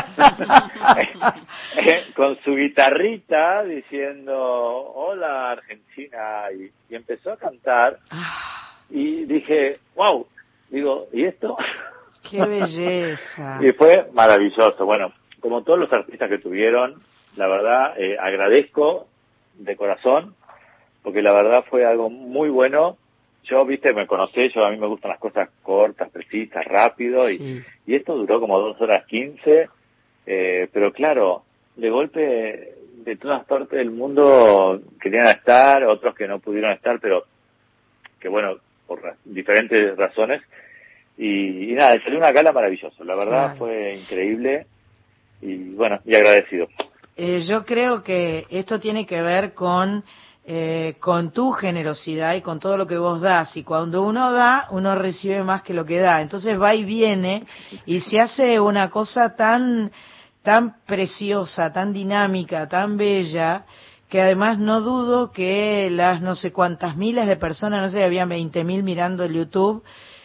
con su guitarrita diciendo, hola Argentina, y empezó a cantar. Y dije, wow, digo, ¿y esto? ¡Qué belleza! Y fue maravilloso. Bueno, como todos los artistas que tuvieron, la verdad, agradezco de corazón, porque la verdad fue algo muy bueno. Yo, viste, me conocé, a mí me gustan las cosas cortas, precisas, rápido, y esto duró como 2 horas 15, pero claro, de golpe, de todas partes del mundo querían estar, otros que no pudieron estar, pero que bueno, por diferentes razones, y nada, salió una gala maravillosa, la verdad fue increíble, y bueno, y agradecido. Yo creo que esto tiene que ver con tu generosidad y con todo lo que vos das, y cuando uno da, uno recibe más que lo que da, entonces va y viene y se hace una cosa tan preciosa, tan dinámica, tan bella, que además no dudo que las no sé cuántas miles de personas, no sé, había 20.000 mirando el YouTube,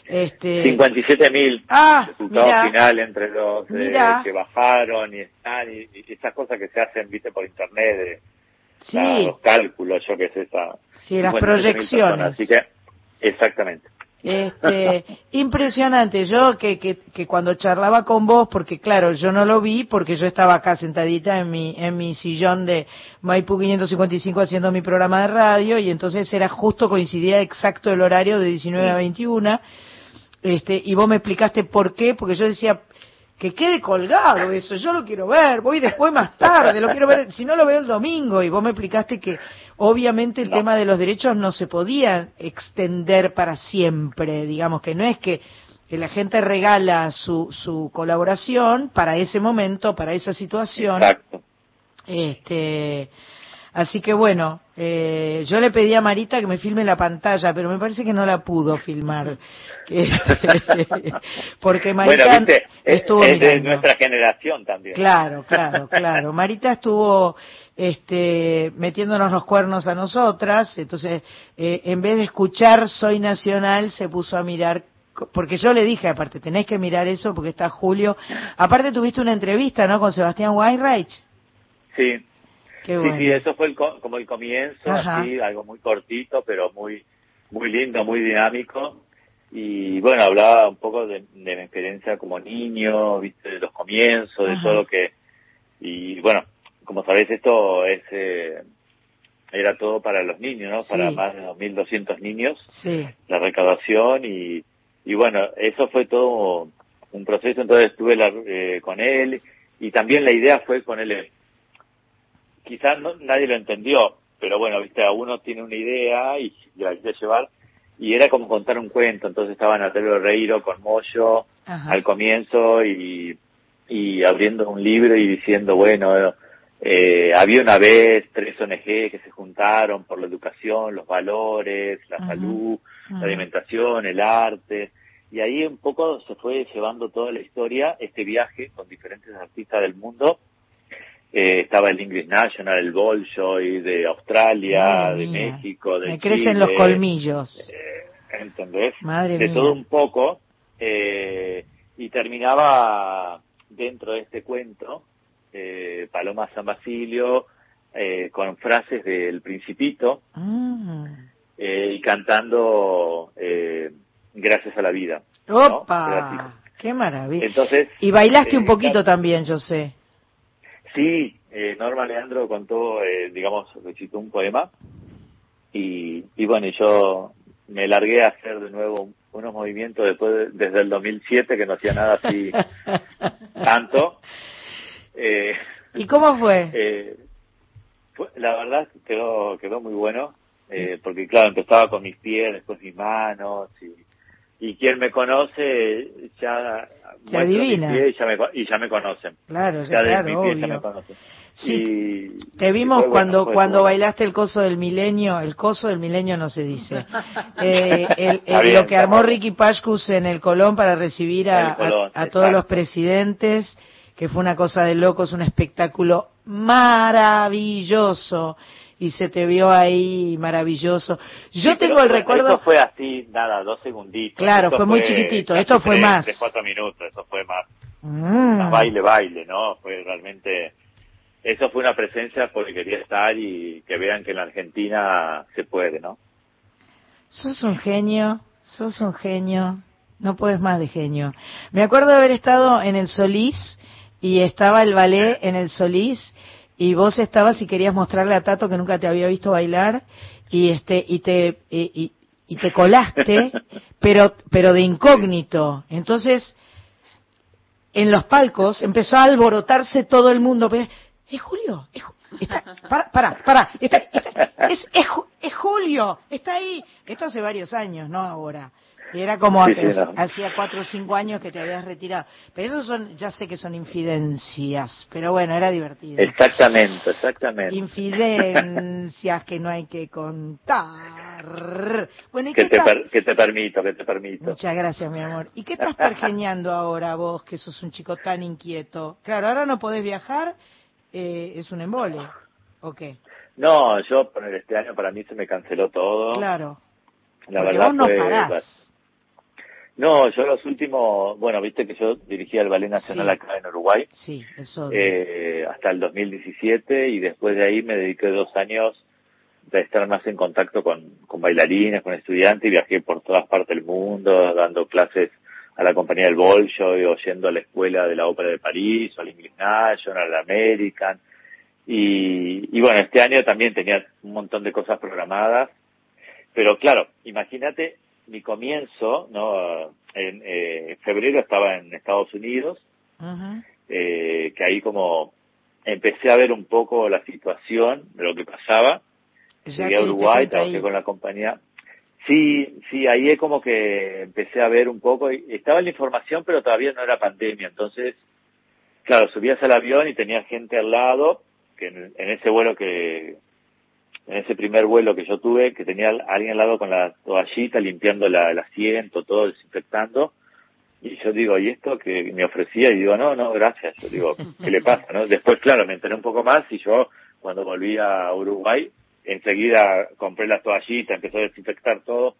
57.000 resultado final entre los que bajaron y están, y esas cosas que se hacen, viste, por internet, los cálculos, yo qué sé, las proyecciones. Así que, exactamente. Impresionante. Yo que cuando charlaba con vos, porque claro, yo no lo vi porque yo estaba acá sentadita en mi sillón de Maipú 555 haciendo mi programa de radio, y entonces era justo, coincidía exacto el horario de 19 a 21, y vos me explicaste por qué, porque yo decía que quede colgado eso, yo lo quiero ver, voy después más tarde, lo quiero ver, si no lo veo el domingo, y vos me explicaste que obviamente el tema de los derechos no se podía extender para siempre, digamos, que no es que la gente regala su colaboración para ese momento, para esa situación. Exacto. Así que bueno, yo le pedí a Marita que me filme la pantalla, pero me parece que no la pudo filmar. Porque Marita bueno, ¿viste? estuvo es de mirando. nuestra generación también. Claro. Marita estuvo metiéndonos los cuernos a nosotras, entonces en vez de escuchar Soy Nacional se puso a mirar, porque yo le dije, aparte, tenés que mirar eso porque está Julio. Aparte tuviste una entrevista, ¿no?, con Sebastián Weinreich. Sí. Qué bueno. Sí, eso fue como el comienzo, Ajá. así, algo muy cortito, pero muy lindo, muy dinámico. Y bueno, hablaba un poco de mi experiencia como niño, viste, de los comienzos, de Ajá. todo lo que... Y bueno, como sabés, esto era todo para los niños, ¿no? Sí. Para más de 2.200 niños, Sí. la recaudación. Y bueno, eso fue todo un proceso. Entonces estuve con él, y también la idea fue con él. Quizás nadie lo entendió, pero bueno, viste, uno tiene una idea y la quiere llevar, y era como contar un cuento. Entonces estaba Natalia Oreiro con Moyo al comienzo, y abriendo un libro y diciendo, bueno, había una vez 3 ONG que se juntaron por la educación, los valores, la salud, la alimentación, el arte, y ahí un poco se fue llevando toda la historia, este viaje con diferentes artistas del mundo. Estaba el English National, el Bolshoi de Australia, Madre de mía. México, de Me Chile. crecen los colmillos. ¿Entendés? Madre de mía. todo un poco, y terminaba dentro de este cuento, Paloma San Basilio, con frases del Principito, y cantando Gracias a la vida. ¡Opa! ¿No? ¡Qué maravilla! Entonces, Y bailaste un poquito también, yo sé. Sí, Norma Leandro contó, digamos, recitó un poema, y bueno, y yo me largué a hacer de nuevo unos movimientos desde el 2007, que no hacía nada así tanto. ¿Y cómo fue? La verdad quedó muy bueno, porque claro, empezaba con mis pies, después mis manos, y quien me conoce ya te adivina. Mis pies y ya me conocen. Claro, ya de claro, mis pies obvio. ya me conocen. Sí, te vimos cuando bailaste el coso del milenio. El coso del milenio no se dice. Lo que armó Ricky Pashkus en el Colón para recibir a todos los presidentes, que fue una cosa de locos, un espectáculo maravilloso. Y se te vio ahí maravilloso. Yo tengo el recuerdo... Eso fue así, 2 segunditos. Claro, fue muy chiquitito. Esto fue más. 3-4 minutos, eso fue más. Más baile, ¿no? Fue realmente... Eso fue una presencia porque quería estar y que vean que en la Argentina se puede, ¿no? Sos un genio. No puedes más de genio. Me acuerdo de haber estado en el Solís y estaba el ballet en el Solís, y vos estabas y querías mostrarle a Tato que nunca te había visto bailar, y te colaste, pero de incógnito. Entonces, en los palcos empezó a alborotarse todo el mundo. Julio, es Julio, está ahí. Esto hace varios años, no ahora. Era como hacía 4 o 5 años que te habías retirado. Pero eso ya sé que son infidencias, pero bueno, era divertido. Exactamente. Infidencias que no hay que contar. Bueno, ¿y que te permito. Muchas gracias, mi amor. ¿Y qué estás pergeñando ahora vos, que sos un chico tan inquieto? Claro, ahora no podés viajar, es un embole, ¿o qué? No, yo este año para mí se me canceló todo. Claro. La porque verdad vos no parás. No, yo los últimos, bueno, viste que yo dirigía el Ballet Nacional acá en Uruguay. Sí, eso. Hasta el 2017, y después de ahí me dediqué 2 años de estar más en contacto con bailarines, con estudiantes, y viajé por todas partes del mundo, dando clases a la compañía del Bolshoi, o yendo a la escuela de la Ópera de París, o al English National, al American. Y bueno, este año también tenía un montón de cosas programadas, pero claro, imagínate mi comienzo, ¿no? En febrero estaba en Estados Unidos, que ahí como empecé a ver un poco la situación de lo que pasaba. Llegué a Uruguay, trabajé con la compañía. Sí, ahí es como que empecé a ver un poco, y estaba en la información, pero todavía no era pandemia. Entonces, claro, subías al avión y tenías gente al lado, que en ese vuelo que en ese primer vuelo que yo tuve, que tenía a alguien al lado con la toallita limpiando el asiento, todo desinfectando, y yo digo, ¿y esto que me ofrecía? Y digo, no, gracias. Yo digo, ¿qué le pasa, no? Después, claro, me enteré un poco más y yo, cuando volví a Uruguay, enseguida compré las toallitas, empecé a desinfectar todo,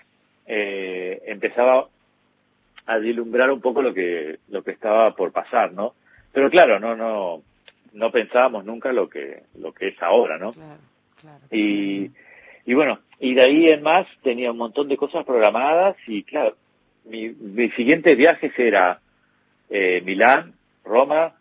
empezaba a vislumbrar un poco lo que estaba por pasar, ¿no? Pero claro, no pensábamos nunca lo que es ahora, ¿no? Claro. Y bueno, y de ahí en más tenía un montón de cosas programadas y claro, mis siguientes viajes era Milán, Roma,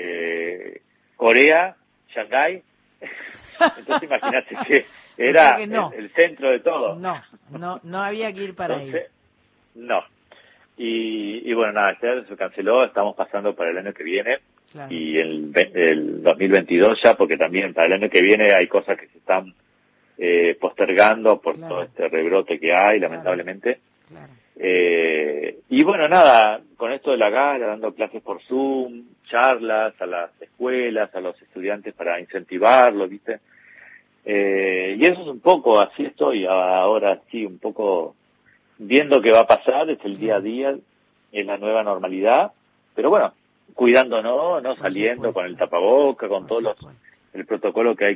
Corea, Shanghái. Entonces imagínate que era el centro de todo. No había que ir para ahí. No. Y bueno, nada, este año se canceló, estamos pasando para el año que viene. Claro. Y el 2022 ya, porque también para el año que viene hay cosas que se están postergando por todo este rebrote que hay, lamentablemente. Claro. Y bueno, nada, con esto de la gala, dando clases por Zoom, charlas a las escuelas, a los estudiantes para incentivarlo, ¿viste? Y eso es un poco, así estoy ahora, sí, un poco viendo qué va a pasar, es el día a día, es la nueva normalidad, pero bueno, cuidándonos, no saliendo con el tapaboca, con todo el protocolo que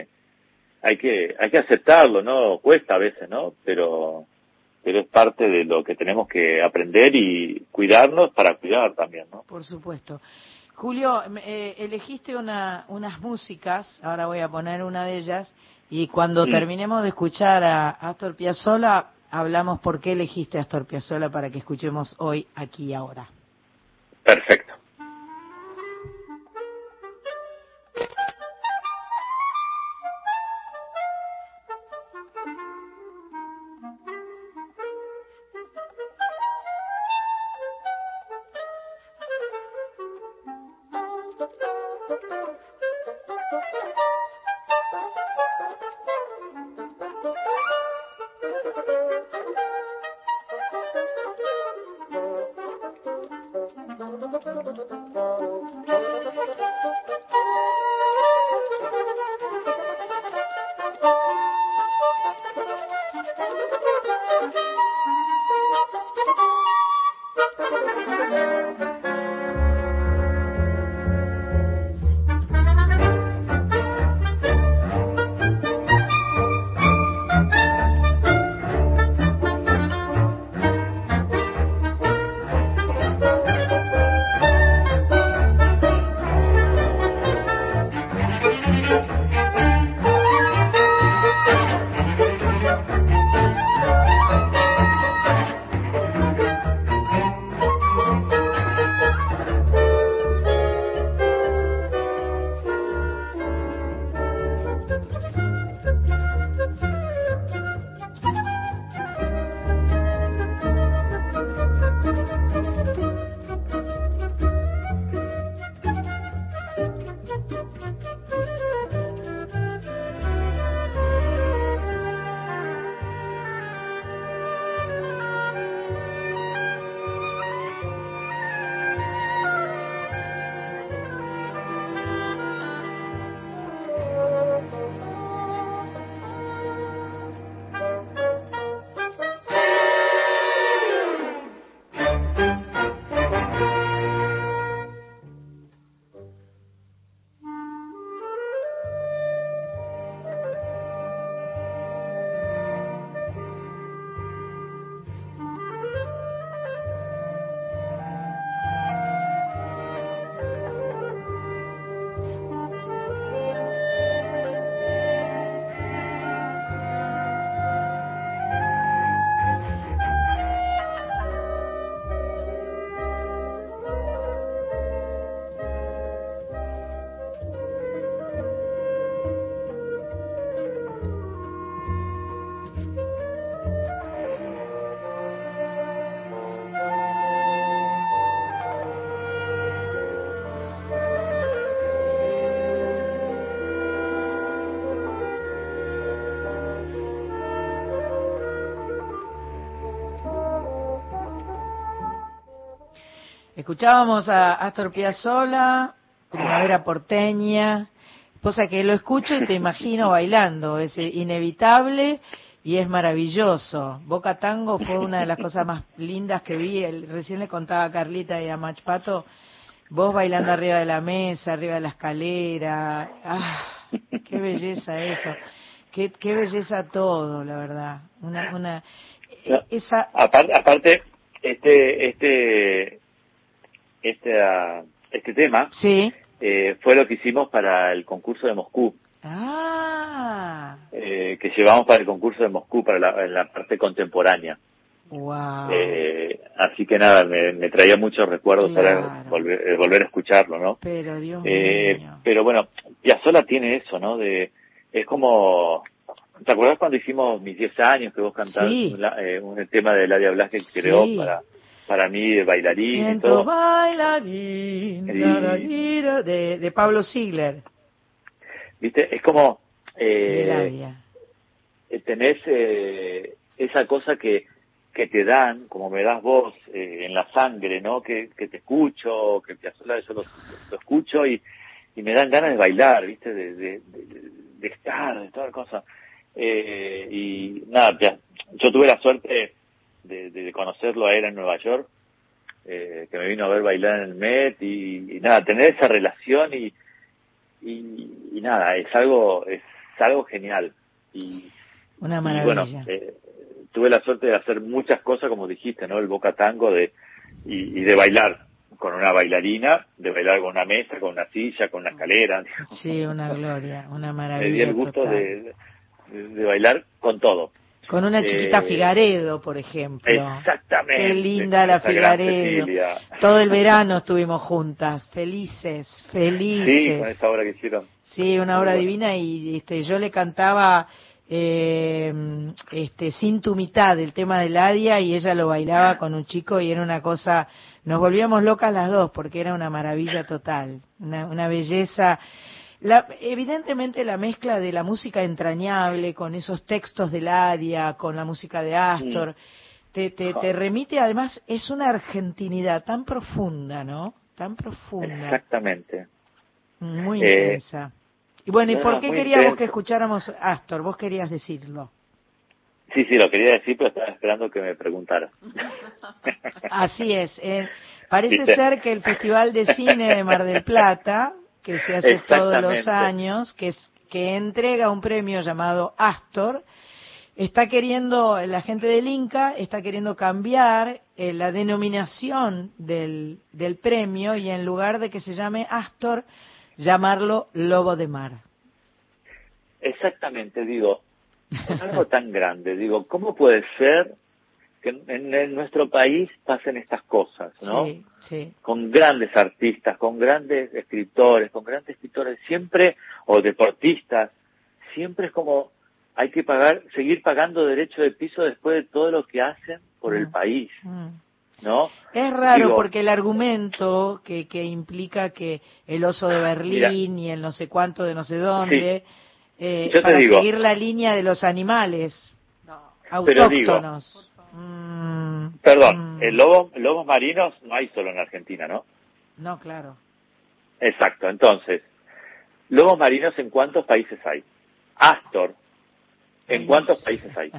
hay que aceptarlo, ¿no? Cuesta a veces, ¿no? Pero es parte de lo que tenemos que aprender y cuidarnos para cuidar también, ¿no? Por supuesto. Julio, elegiste unas músicas, ahora voy a poner una de ellas, y cuando terminemos de escuchar a Astor Piazzolla, hablamos por qué elegiste a Astor Piazzolla para que escuchemos hoy, aquí y ahora. Perfecto. Escuchábamos a Astor Piazzolla, Primavera porteña, Cosa que lo escucho y te imagino bailando, es inevitable y es maravilloso. Boca Tango fue una de las cosas más lindas que vi. Recién le contaba a Carlita y a Mach Pato, vos bailando arriba de la mesa, arriba de la escalera. ¡Ah! ¡Qué belleza eso! ¡Qué belleza todo, la verdad! Aparte, este tema sí. Fue lo que hicimos para el concurso de Moscú. Ah. Que llevamos para el concurso de Moscú, para la parte contemporánea. Wow. Así que nada, me traía muchos recuerdos para volver a escucharlo, ¿no? Pero Dios mío. Pero bueno, Piazzolla tiene eso, ¿no? Es como, ¿te acuerdas cuando hicimos mis 10 años que vos cantabas un tema de Eladia Blas que creó para mí de bailarín y todo? Bailarín, de Pablo Ziegler. ¿Viste? Es como Eladia. Tenés esa cosa que te dan, como me das vos, en la sangre, ¿no? Que te escucho, que Piazzolla yo lo escucho y me dan ganas de bailar, ¿viste? De estar, de toda cosa. Y nada, yo tuve la suerte de conocerlo a él en Nueva York, que me vino a ver bailar en el Met y nada, tener esa relación y nada, es algo genial. Una maravilla. Y bueno, tuve la suerte de hacer muchas cosas, como dijiste, ¿no? El Boca Tango y de bailar con una bailarina, de bailar con una mesa, con una silla, con una escalera. Sí, una gloria, una maravilla. Me di el gusto de bailar con todo. Con una chiquita Figaredo, por ejemplo. Exactamente. Qué linda la Figaredo. Todo el verano estuvimos juntas, felices. Sí, con esa obra que hicieron. Sí, una obra divina y yo le cantaba Sin tu mitad, el tema de Eladia, y ella lo bailaba con un chico y era una cosa, nos volvíamos locas las dos porque era una maravilla total, una belleza. Evidentemente la mezcla de la música entrañable con esos textos de Eladia, con la música de Astor, te remite, además es una argentinidad tan profunda, ¿no? Tan profunda. Exactamente. Muy intensa. Y bueno, ¿y por qué queríamos que escucháramos Astor? Vos querías decirlo. Sí, lo quería decir, pero estaba esperando que me preguntara. Así es. Parece ser que el Festival de Cine de Mar del Plata, que se hace todos los años, que entrega un premio llamado Astor, está queriendo, la gente del Inca está queriendo cambiar la denominación del premio y en lugar de que se llame Astor, llamarlo Lobo de Mar. Exactamente, digo, es algo tan grande, digo, ¿cómo puede ser que en nuestro país pasen estas cosas, ¿no? Sí. Con grandes artistas, con grandes escritores, siempre, o deportistas, siempre es como hay que seguir pagando derecho de piso después de todo lo que hacen por el país, ¿no? Es raro porque el argumento que implica que el oso de Berlín y el no sé cuánto de no sé dónde, para seguir la línea de los animales autóctonos. Perdón, lobos marinos no hay solo en Argentina, ¿no? No, claro. Exacto, entonces, lobos marinos ¿en cuántos países hay? Astor, ¿en cuántos países hay?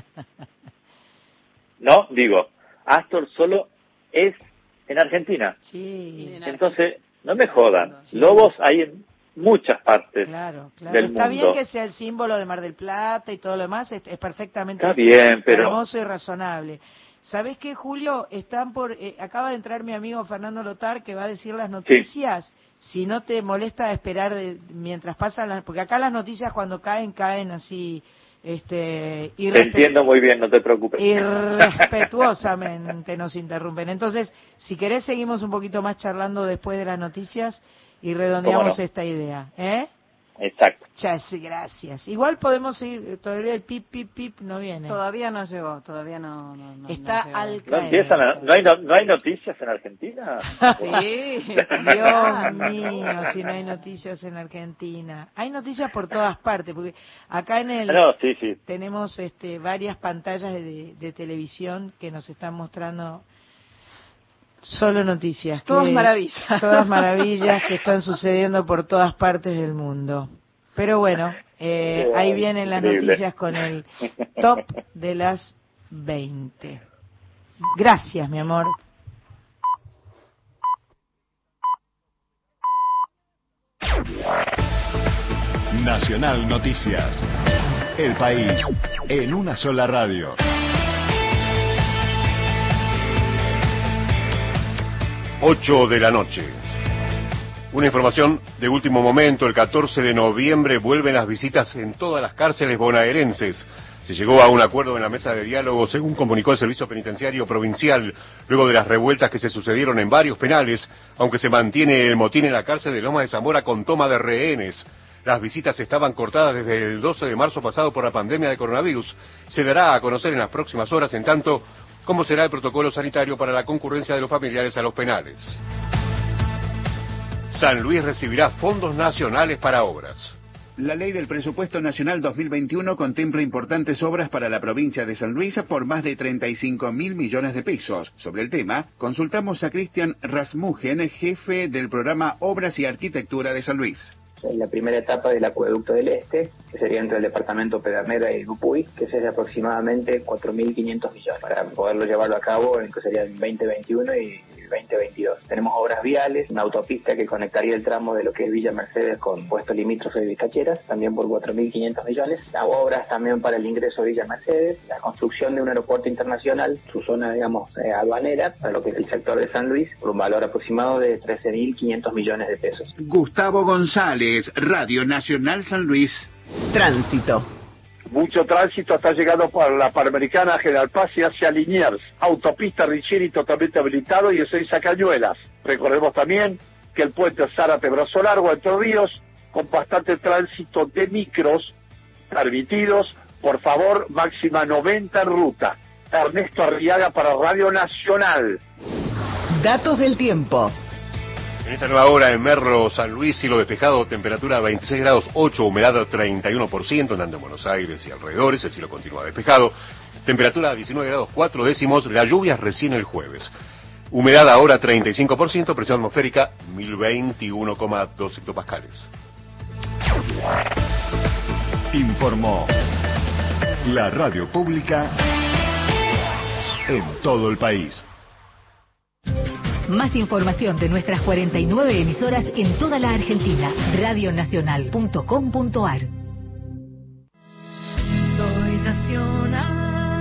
No, digo, Astor solo es en Argentina. Sí. Entonces, no me jodan, lobos hay en muchas partes del mundo. Está bien que sea el símbolo de Mar del Plata y todo lo demás, es perfectamente hermoso y razonable. ¿Sabés qué, Julio? Acaba de entrar mi amigo Fernando Lotar, que va a decir las noticias. Sí. Si no te molesta esperar mientras pasan porque acá las noticias cuando caen así, te entiendo muy bien, no te preocupes. Irrespetuosamente nos interrumpen. Entonces, si querés seguimos un poquito más charlando después de las noticias y redondeamos esta idea, Exacto. Gracias. Igual podemos ir, todavía el pip no viene. Todavía no llegó, todavía no está no al caer. ¿No hay noticias en Argentina? Sí. Dios mío, si no hay noticias en Argentina. Hay noticias por todas partes, porque acá en tenemos varias pantallas de televisión que nos están mostrando solo noticias. Todas maravillas. Todas maravillas que están sucediendo por todas partes del mundo. Pero bueno, ahí vienen las noticias con el top de las 20. Gracias, mi amor. Nacional Noticias. El país en una sola radio. Ocho de la noche. Una información de último momento: el 14 de noviembre vuelven las visitas en todas las cárceles bonaerenses. Se llegó a un acuerdo en la mesa de diálogo, según comunicó el Servicio Penitenciario Provincial, luego de las revueltas que se sucedieron en varios penales, aunque se mantiene el motín en la cárcel de Loma de Zamora con toma de rehenes. Las visitas estaban cortadas desde el 12 de marzo pasado por la pandemia de coronavirus. Se dará a conocer en las próximas horas, en tanto, cómo será el protocolo sanitario para la concurrencia de los familiares a los penales. San Luis recibirá fondos nacionales para obras. La ley del presupuesto nacional 2021 contempla importantes obras para la provincia de San Luis por más de 35.000 millones de pesos. Sobre el tema, consultamos a Cristian Rasmussen, jefe del programa Obras y Arquitectura de San Luis. En la primera etapa del Acueducto del Este, que sería entre el departamento Pedernera y Dupuy, que es de aproximadamente 4.500 millones, para poderlo llevarlo a cabo en que sería el 2021 y el 2022. Tenemos obras viales, una autopista que conectaría el tramo de lo que es Villa Mercedes con puesto limítrofe de Vizcacheras, también por 4.500 millones. Obras también para el ingreso de Villa Mercedes, la construcción de un aeropuerto internacional, su zona, digamos, aduanera, para lo que es el sector de San Luis, por un valor aproximado de 13.500 millones de pesos. Gustavo González, Radio Nacional San Luis. Tránsito. Mucho tránsito está llegando por la Panamericana, General Paz y hacia Liniers. Autopista Riccieri totalmente habilitado y Ezeiza Cañuelas. Recordemos también que el puente Zárate Brazo Largo, Entre Ríos, con bastante tránsito de micros permitidos. Por favor, máxima 90 en ruta. Ernesto Arriaga para Radio Nacional. Datos del tiempo. En esta nueva hora en Merlo, San Luis, cielo despejado, temperatura 26 grados 8, humedad 31%, tanto en Buenos Aires y alrededores, el cielo continúa despejado. Temperatura 19 grados 4 décimos, la lluvia recién el jueves. Humedad ahora 35%, presión atmosférica 1021,2 hectopascales. Informó la radio pública en todo el país. Más información de nuestras 49 emisoras en toda la Argentina. Radionacional.com.ar. Soy nacional.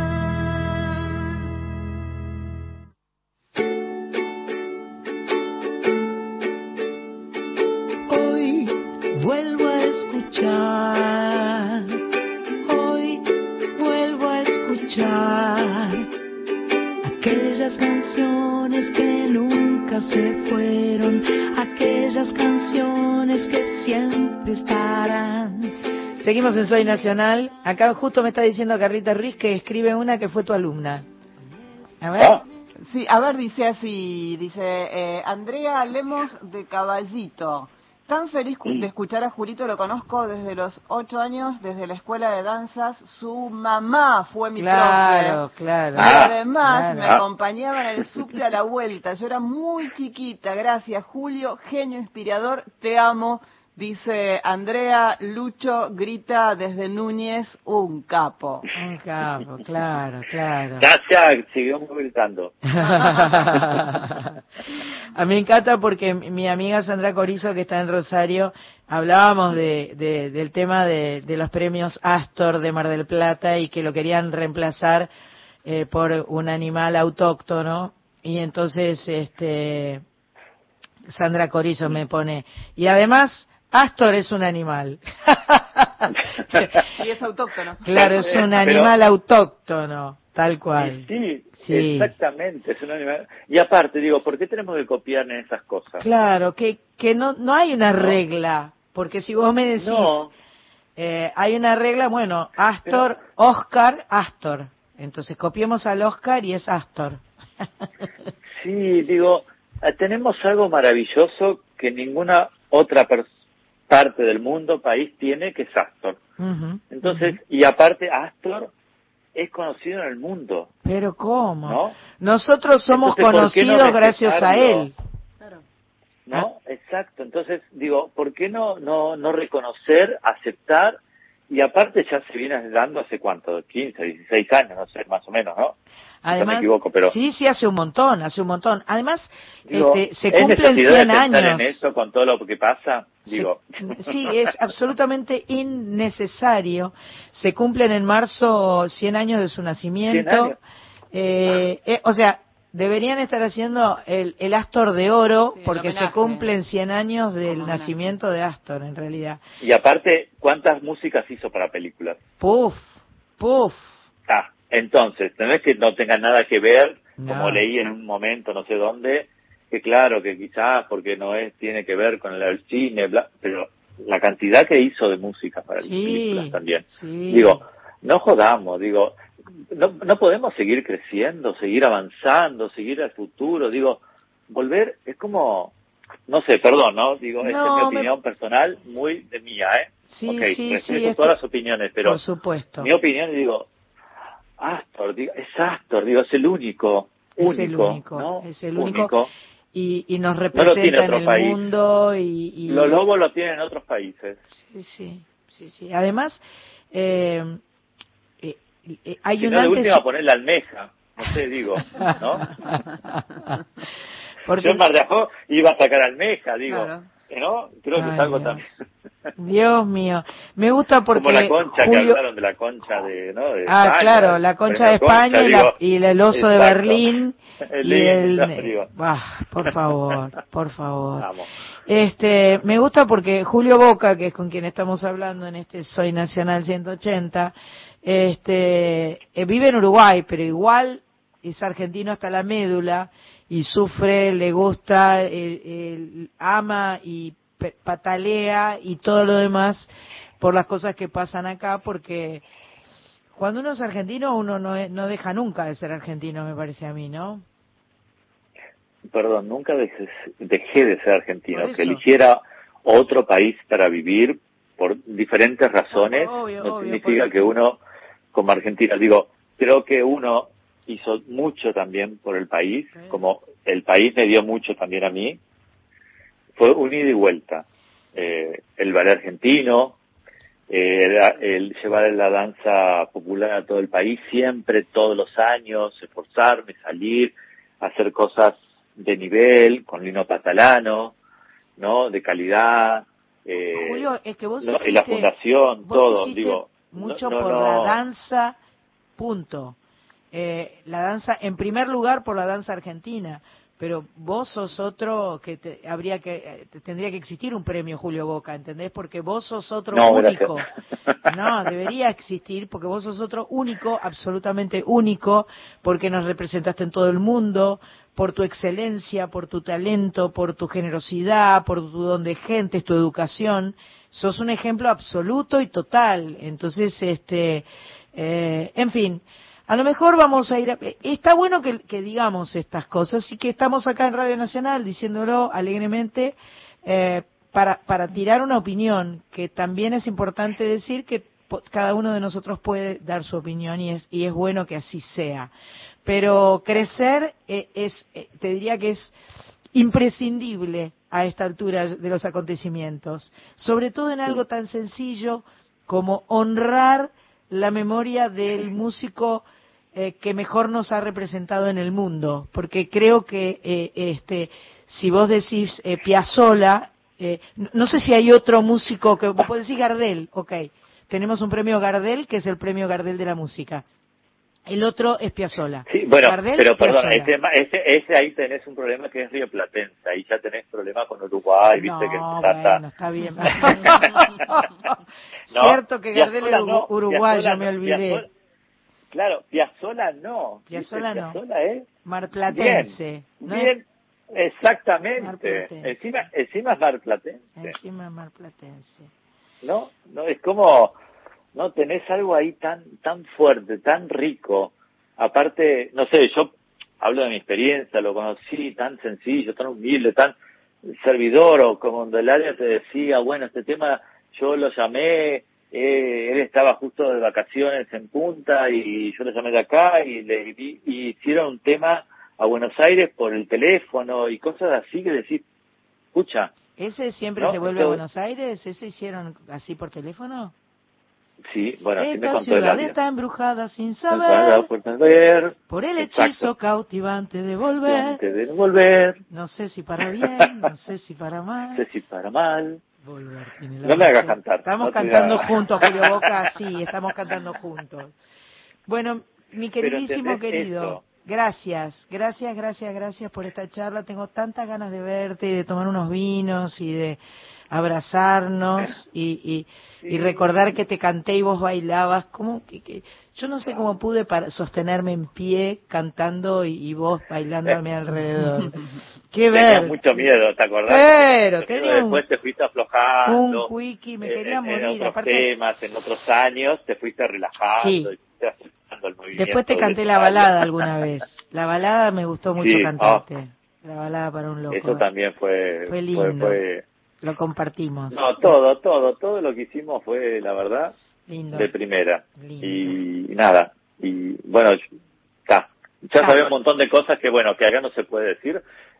Hoy vuelvo a escuchar. Hoy vuelvo a escuchar aquellas canciones que nunca se fueron, aquellas canciones que siempre estarán. Seguimos en Soy Nacional. Acá justo me está diciendo Carlita Ruiz que escribe una que fue tu alumna. A ver. Sí, a ver, dice así, Andrea Lemos de Caballito. Tan feliz de escuchar a Julito, lo conozco desde los 8 años, desde la escuela de danzas. Su mamá fue mi profe. Claro. Y además me acompañaba en el subte a la vuelta. Yo era muy chiquita. Gracias, Julio, genio inspirador, te amo. Dice Andrea. Lucho grita desde Núñez, un capo. Un capo, claro. Gracias, seguimos gritando. A mí me encanta porque mi amiga Sandra Corizo, que está en Rosario, hablábamos del tema de los premios Astor de Mar del Plata y que lo querían reemplazar por un animal autóctono. Y entonces Sandra Corizo me pone, y además Astor es un animal. Y es autóctono. Claro, es un animal autóctono, tal cual. Sí, exactamente, es un animal. Y aparte, digo, ¿por qué tenemos que copiar en esas cosas? Claro, que no hay una regla, porque si vos me decís, hay una regla, bueno, Astor, Oscar, Astor. Entonces copiemos al Oscar y es Astor. Sí, digo, tenemos algo maravilloso que ninguna otra parte del mundo, país, tiene, que es Astor. Entonces, y aparte Astor es conocido en el mundo. ¿Pero cómo? ¿No? Nosotros somos Entonces, conocidos gracias a él. ¿no? Exacto. Entonces, digo, ¿por qué no reconocer, aceptar? Y aparte ya se viene dando hace cuánto, 15, 16 años, no sé, más o menos, ¿no? Además, no me equivoco, pero sí, hace un montón. Además, digo, se cumplen 100 años. En eso con todo lo que pasa, digo. Sí, es absolutamente innecesario. Se cumplen en marzo 100 años de su nacimiento. 100 años. O sea, deberían estar haciendo el Astor de Oro, Sí, porque se cumplen 100 años del nacimiento de Astor, en realidad. Y aparte, ¿cuántas músicas hizo para películas? Puf. Entonces, no es que no tenga nada que ver, como leí en un momento, no sé dónde, que claro, que quizás porque tiene que ver con el cine, pero la cantidad que hizo de música para películas también. Sí. Digo, no jodamos, no podemos seguir creciendo, seguir avanzando, seguir al futuro, volver, es como, no sé, perdón, ¿no? Esa es mi opinión personal, muy de mía, Sí, respeto todas las opiniones, pero por supuesto. Mi opinión, Astor, es el único, es el único, ¿no? Es el único. Y nos representa en el mundo y los lobos lo tienen en otros países. Sí. Además, hay si un no, de antes... última poner la almeja, no sé, ¿no? Porque... Yo en Mar de Ajó iba a sacar almeja, Claro. ¿no? Creo que es algo también. Dios mío, me gusta porque como la concha Julio... que hablaron de la concha de España, claro, la concha de España y el oso de Berlín por favor. Vamos. Me gusta porque Julio Boca, que es con quien estamos hablando en Soy Nacional 180, vive en Uruguay, pero igual es argentino hasta la médula y sufre, le gusta, ama y patalea y todo lo demás por las cosas que pasan acá, porque cuando uno es argentino uno no deja nunca de ser argentino, me parece a mí, ¿no? Perdón, nunca dejé de ser argentino, que eligiera otro país para vivir por diferentes razones, no significa que uno como argentino, creo que uno hizo mucho también por el país, como el país me dio mucho también a mí, fue un ida y vuelta. El ballet argentino, el llevar la danza popular a todo el país, siempre, todos los años, esforzarme, salir, hacer cosas de nivel, con Lino Patalano, ¿no? De calidad. Julio, es que vos y la fundación, todo, mucho por la danza, punto. La danza, en primer lugar, por la danza argentina. Pero vos sos otro que tendría que existir un premio Julio Boca, ¿entendés? Porque vos sos otro único. Gracias. No, debería existir porque vos sos otro único, absolutamente único, porque nos representaste en todo el mundo, por tu excelencia, por tu talento, por tu generosidad, por tu don de gente, tu educación. Sos un ejemplo absoluto y total. Entonces, en fin. A lo mejor vamos a ir está bueno que digamos estas cosas y que estamos acá en Radio Nacional diciéndolo alegremente para tirar una opinión, que también es importante decir que cada uno de nosotros puede dar su opinión y es bueno que así sea. Pero crecer te diría que es imprescindible a esta altura de los acontecimientos, sobre todo en algo tan sencillo como honrar la memoria del músico que mejor nos ha representado en el mundo, porque creo que si vos decís Piazzolla, no sé si hay otro músico que vos podés decir Gardel, tenemos un premio Gardel que es el premio Gardel de la música. El otro es Piazzolla. Sí, bueno, Gardel, pero perdón, Piazzolla. ahí tenés un problema que es rioplatense, ahí ya tenés problema con Uruguay, viste que bueno, está bien. Cierto que Gardel era uruguayo, me olvidé. Claro, Piazzolla no. Piazzolla no. Piazzolla es marplatense. Bien, exactamente. Marplatense. Encima es marplatense. Encima es marplatense. No, es como, no tenés algo ahí tan fuerte, tan rico. Aparte, no sé, yo hablo de mi experiencia, lo conocí tan sencillo, tan humilde, tan servidor, o como Delaria te decía, bueno, este tema yo lo llamé, él estaba justo de vacaciones en Punta y yo lo llamé de acá y hicieron un tema a Buenos Aires por el teléfono y cosas así que decís, escucha. ¿Ese siempre ¿No? se vuelve a Buenos Aires? ¿Ese hicieron así por teléfono? Sí, bueno, así me Esta contó ciudad Eladia. está embrujada sin saber por el hechizo Exacto. cautivante de volver. De volver. No sé si para bien, no sé si para mal. No sé si para mal. Volver tiene la No me hagas razón. cantar. Estamos no cantando juntos, Julio Boca, sí, estamos cantando juntos. Bueno, mi queridísimo ¿entendés querido, eso? gracias por esta charla. Tengo tantas ganas de verte y de tomar unos vinos y de abrazarnos y recordar que te canté y vos bailabas. ¿Cómo que yo no sé cómo pude sostenerme en pie cantando y vos bailando a mi alrededor? Qué Tenía ver. mucho miedo, ¿te acordás? Pero tenía después te fuiste aflojando. un quickie, me quería morir. En otros Aparte, temas, en otros años, te fuiste relajando. Sí. Y fuiste aceptando el movimiento. Después te canté la balada alguna vez. La balada me gustó mucho cantarte. La balada para un loco. Eso también fue lindo. Lo compartimos. No, todo lo que hicimos fue, la verdad, lindo. De primera. Lindo. Y nada, y bueno, ya sabía un montón de cosas que bueno, que acá no se puede decir.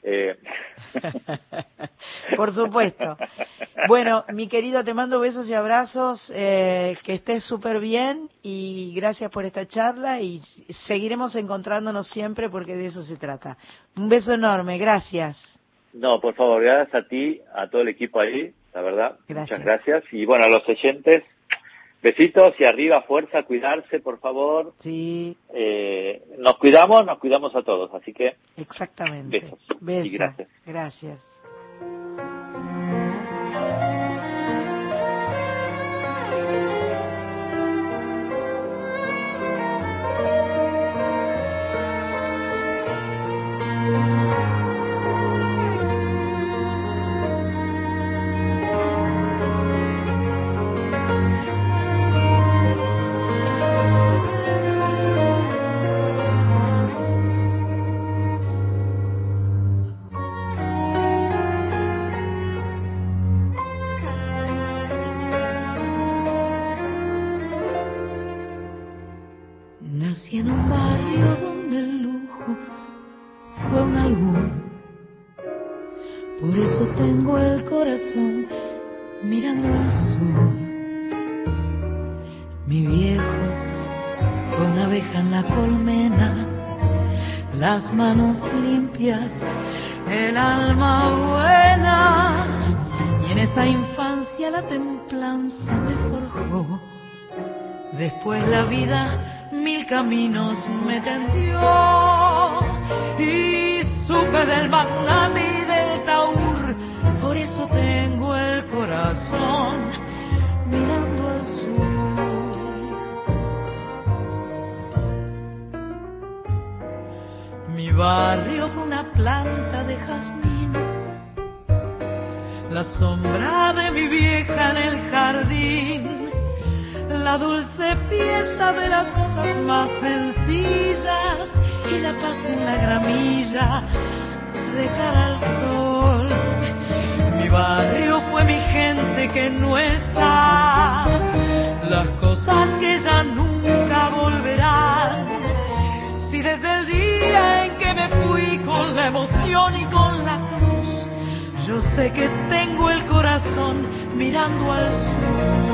Por supuesto. Bueno, mi querido, te mando besos y abrazos, que estés súper bien y gracias por esta charla y seguiremos encontrándonos siempre porque de eso se trata. Un beso enorme, gracias. No, por favor, gracias a ti, a todo el equipo ahí, la verdad. Gracias. Muchas gracias. Y bueno, a los oyentes, besitos y arriba, fuerza, cuidarse, por favor. Sí. Nos cuidamos a todos, así que... Exactamente. Besos. Y gracias. Gracias. Nací en un barrio donde el lujo fue un albur. Por eso tengo el corazón mirando al sur. Mi viejo fue una abeja en la colmena, las manos limpias, el alma buena. Y en esa infancia la templanza me forjó. Después la vida mil caminos me tendió y supe del magnate y del taur. Por eso tengo el corazón mirando al sur. Mi barrio fue una planta de jazmín, la sombra de mi vieja en el jardín, la dulce fiesta de las cosas más sencillas y la paz en la gramilla de cara al sol. Mi barrio fue mi gente que no está, las cosas que ya nunca volverán. Si desde el día en que me fui con la emoción y con la cruz, yo sé que tengo el corazón mirando al sur.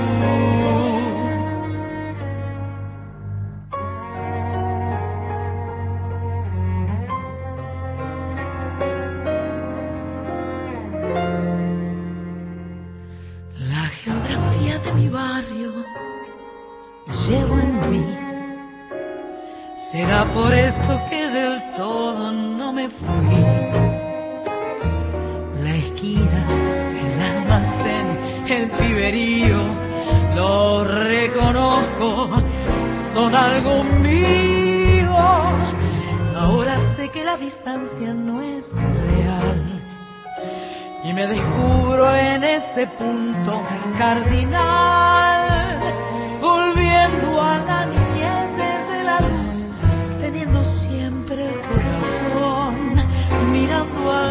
La geografía de mi barrio llevo en mí. Será por eso que del todo no me fui. La esquina, el almacén, el piberío, lo reconozco, son algo mío. Ahora sé que la distancia no es real y me descubro en ese punto cardinal, volviendo a la niñez desde la luz, teniendo siempre el corazón mirando al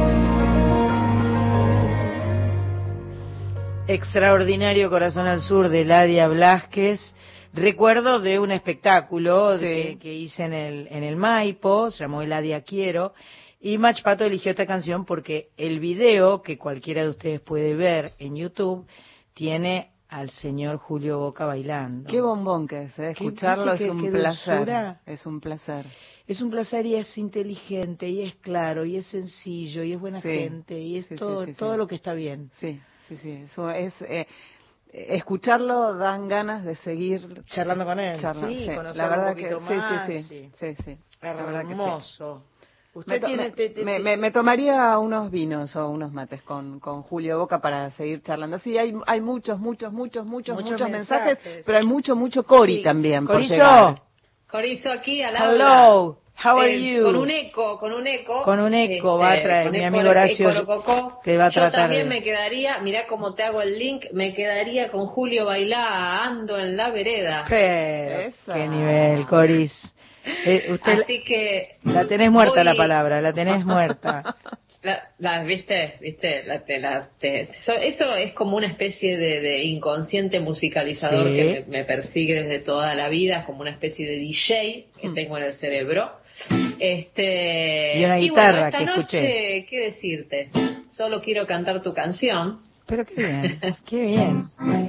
sur. Extraordinario Corazón al Sur de Eladia Blasquez. Recuerdo de un espectáculo que hice en el Maipo, se llamó Eladia Quiero, Y Mach Pato eligió esta canción porque el video que cualquiera de ustedes puede ver en YouTube tiene al señor Julio Boca bailando. Qué bombón que es, escucharlo es un placer. Es un placer. Es un placer y es inteligente y es claro y es sencillo y es buena gente y es todo lo que está bien. Sí. Eso es... escucharlo dan ganas de seguir charlando con él. Sí, la verdad que más, sí. Hermoso. Usted me tomaría unos vinos o unos mates con Julio Boca para seguir charlando. Sí, hay muchos mensajes, pero hay mucho Cori también. Corizo aquí al Hello. habla. How are you? Con un eco va a traer mi amigo Horacio te va a tratar. Yo también me quedaría, mirá cómo te hago el link, me quedaría con Julio bailando en la vereda. Pero, qué nivel, Coris. Usted así que la tenés muerta la palabra, la tenés muerta. ¿Viste? Eso es como una especie de inconsciente musicalizador que me persigue desde toda la vida, es como una especie de DJ que tengo en el cerebro. Y una guitarra esta que noche, escuché. ¿qué decirte? Solo quiero cantar tu canción. Pero qué bien, qué bien.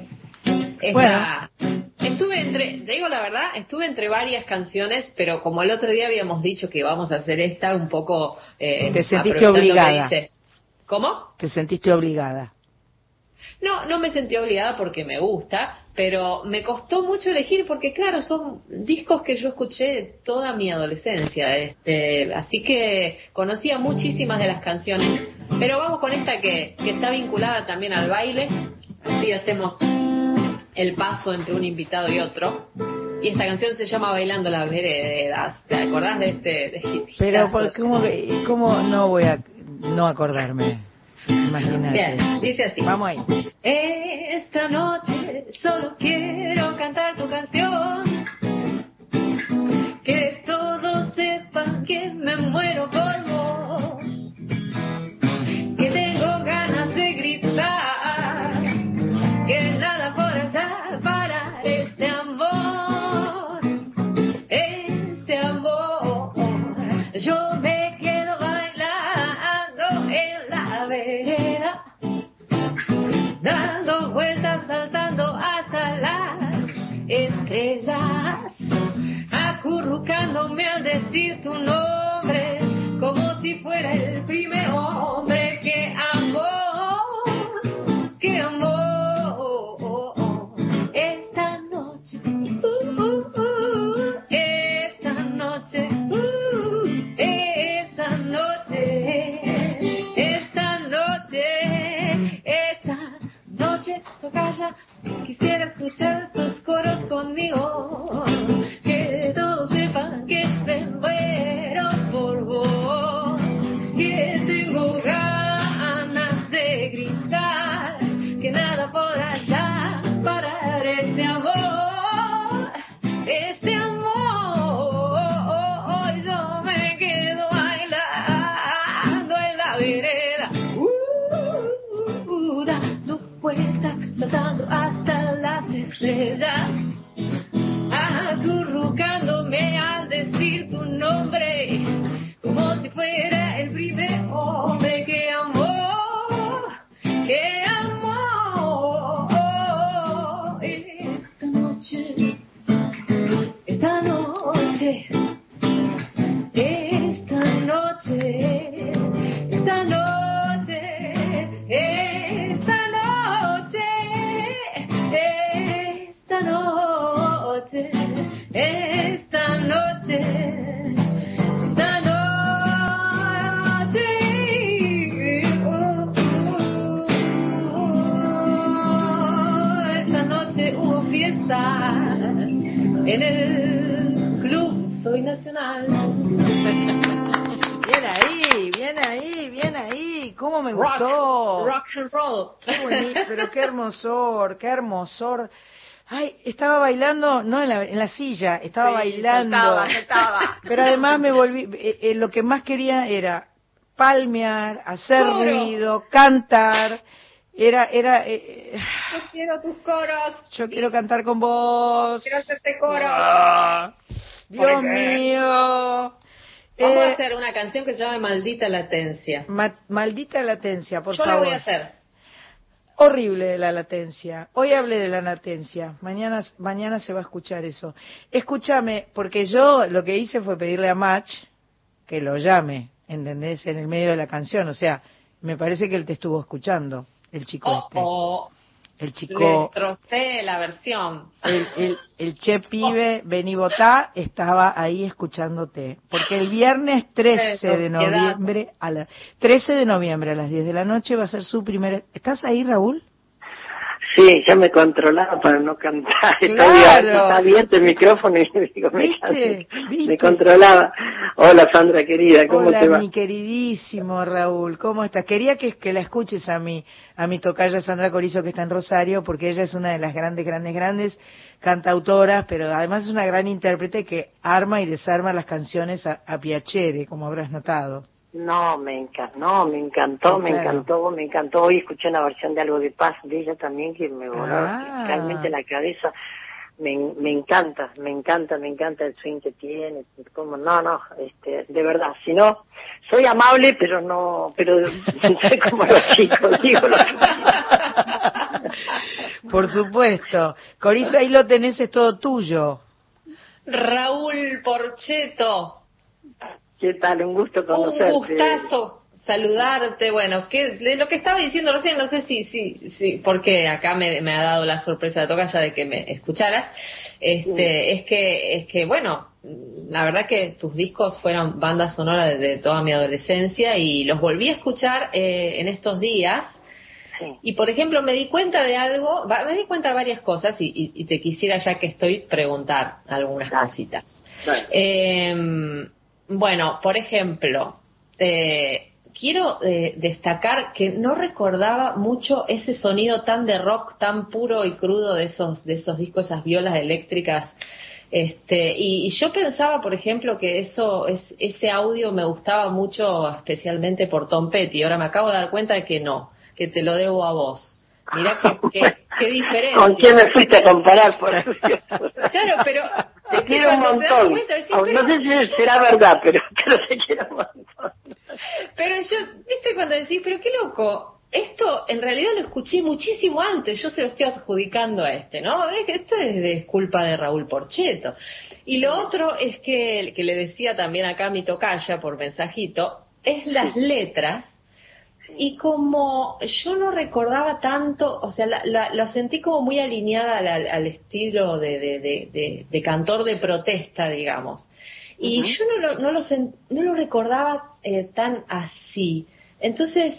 Estuve entre varias canciones, pero como el otro día habíamos dicho que íbamos a hacer esta un poco... Te sentiste obligada. ¿Cómo? Te sentiste obligada. No me sentí obligada porque me gusta, pero me costó mucho elegir porque, claro, son discos que yo escuché toda mi adolescencia. Así que conocía muchísimas de las canciones, pero vamos con esta que está vinculada también al baile. Así hacemos el paso entre un invitado y otro. Y esta canción se llama Bailando las Veredas. ¿Te acordás de este hit? Pero ¿cómo no voy a no acordarme? Imagínate. Bien, dice así. Vamos ahí. Esta noche solo quiero cantar tu canción. Que todos sepan que me muero por vos. Que tengo ganas de gritar. Que nada por allá para este amor. Este amor. Yo me quedo bailando en la vereda. Dando vueltas, saltando hasta las estrellas. Acurrucándome al decir tu nombre. Como si fuera el primer hombre que amó. Que amó. Esta noche, esta noche, esta noche, esta noche, tocaya, quisiera escuchar tus coros conmigo, que todos sepan que me muero por vos, que tengo ganas de gritar, que nada por allá parar este amor, yo me quedo bailando en la vereda, dando vueltas, saltando hasta las estrellas, acurrucándome al decir tu nombre, como si fuera el primer hombre que amó, esta noche, esta noche, esta noche, esta noche, esta noche, esta noche, esta noche, esta noche hubo fiesta en el club Soy Nacional. Bien ahí, ¿cómo me gustó? Rock and roll. Qué bonito, pero qué hermosor. Ay, estaba bailando, no en la silla, estaba bailando. Saltaba. Pero además me volví, lo que más quería era palmear, hacer ruido, cantar. Yo quiero tus coros. Yo quiero cantar con vos. Quiero hacerte coros. Dios mío. Vamos a hacer una canción que se llama Maldita Latencia. Maldita Latencia, por favor. Yo la voy a hacer. Horrible la latencia. Hoy hablé de la latencia. Mañana se va a escuchar eso. Escúchame, porque yo lo que hice fue pedirle a Mach que lo llame, ¿entendés? En el medio de la canción. O sea, me parece que él te estuvo escuchando, el chico El chico... Le trocé la versión. El che pibe, vení votá, estaba ahí escuchándote. Porque el viernes 13 de noviembre a las 10 de la noche va a ser su primer... ¿Estás ahí, Raúl? Sí, ya me controlaba para no cantar. Claro. Está abierto el micrófono y digo, me controlaba. Hola, Sandra querida, ¿cómo te va? Hola, mi queridísimo Raúl, ¿cómo estás? Quería que la escuches a mi tocaya Sandra Corizo, que está en Rosario, porque ella es una de las grandes cantautoras, pero además es una gran intérprete que arma y desarma las canciones a piacere, como habrás notado. No, me encantó. Hoy escuché una versión de Algo de Paz de ella también que me voló realmente la cabeza. Me encanta el swing que tiene, como de verdad. Si no, soy amable, pero soy como los chicos, digo. Por supuesto. Corizo, ahí lo tenés, es todo tuyo. Raúl Porchetto. ¿Qué tal? Un gusto conocerte. Un gustazo saludarte. Bueno, de lo que estaba diciendo recién, no sé si porque acá me ha dado la sorpresa de tocaya de que me escucharas. Es que bueno, la verdad que tus discos fueron banda sonora de toda mi adolescencia y los volví a escuchar en estos días. Sí. Y por ejemplo me di cuenta de varias cosas y te quisiera, ya que estoy, preguntar algunas cositas. Bueno, por ejemplo, quiero destacar que no recordaba mucho ese sonido tan de rock, tan puro y crudo de esos discos, esas violas eléctricas. Y yo pensaba, por ejemplo, que ese audio me gustaba mucho, especialmente por Tom Petty. Ahora me acabo de dar cuenta de que no, que te lo debo a vos. Mirá qué diferencia. ¿Con quién me fuiste a comparar, por eso? Claro, pero... Te quiero un montón. No sé si será verdad, pero te quiero un montón. Pero yo, viste, cuando decís, pero qué loco, esto en realidad lo escuché muchísimo antes, yo se lo estoy adjudicando a ¿no? Esto es culpa de Raúl Porchetto. Y lo otro es que le decía también acá a mi tocaya por mensajito, es las letras. Y como yo no recordaba tanto, o sea, lo sentí como muy alineada al estilo de cantor de protesta, digamos. Y yo no lo recordaba tan así. Entonces,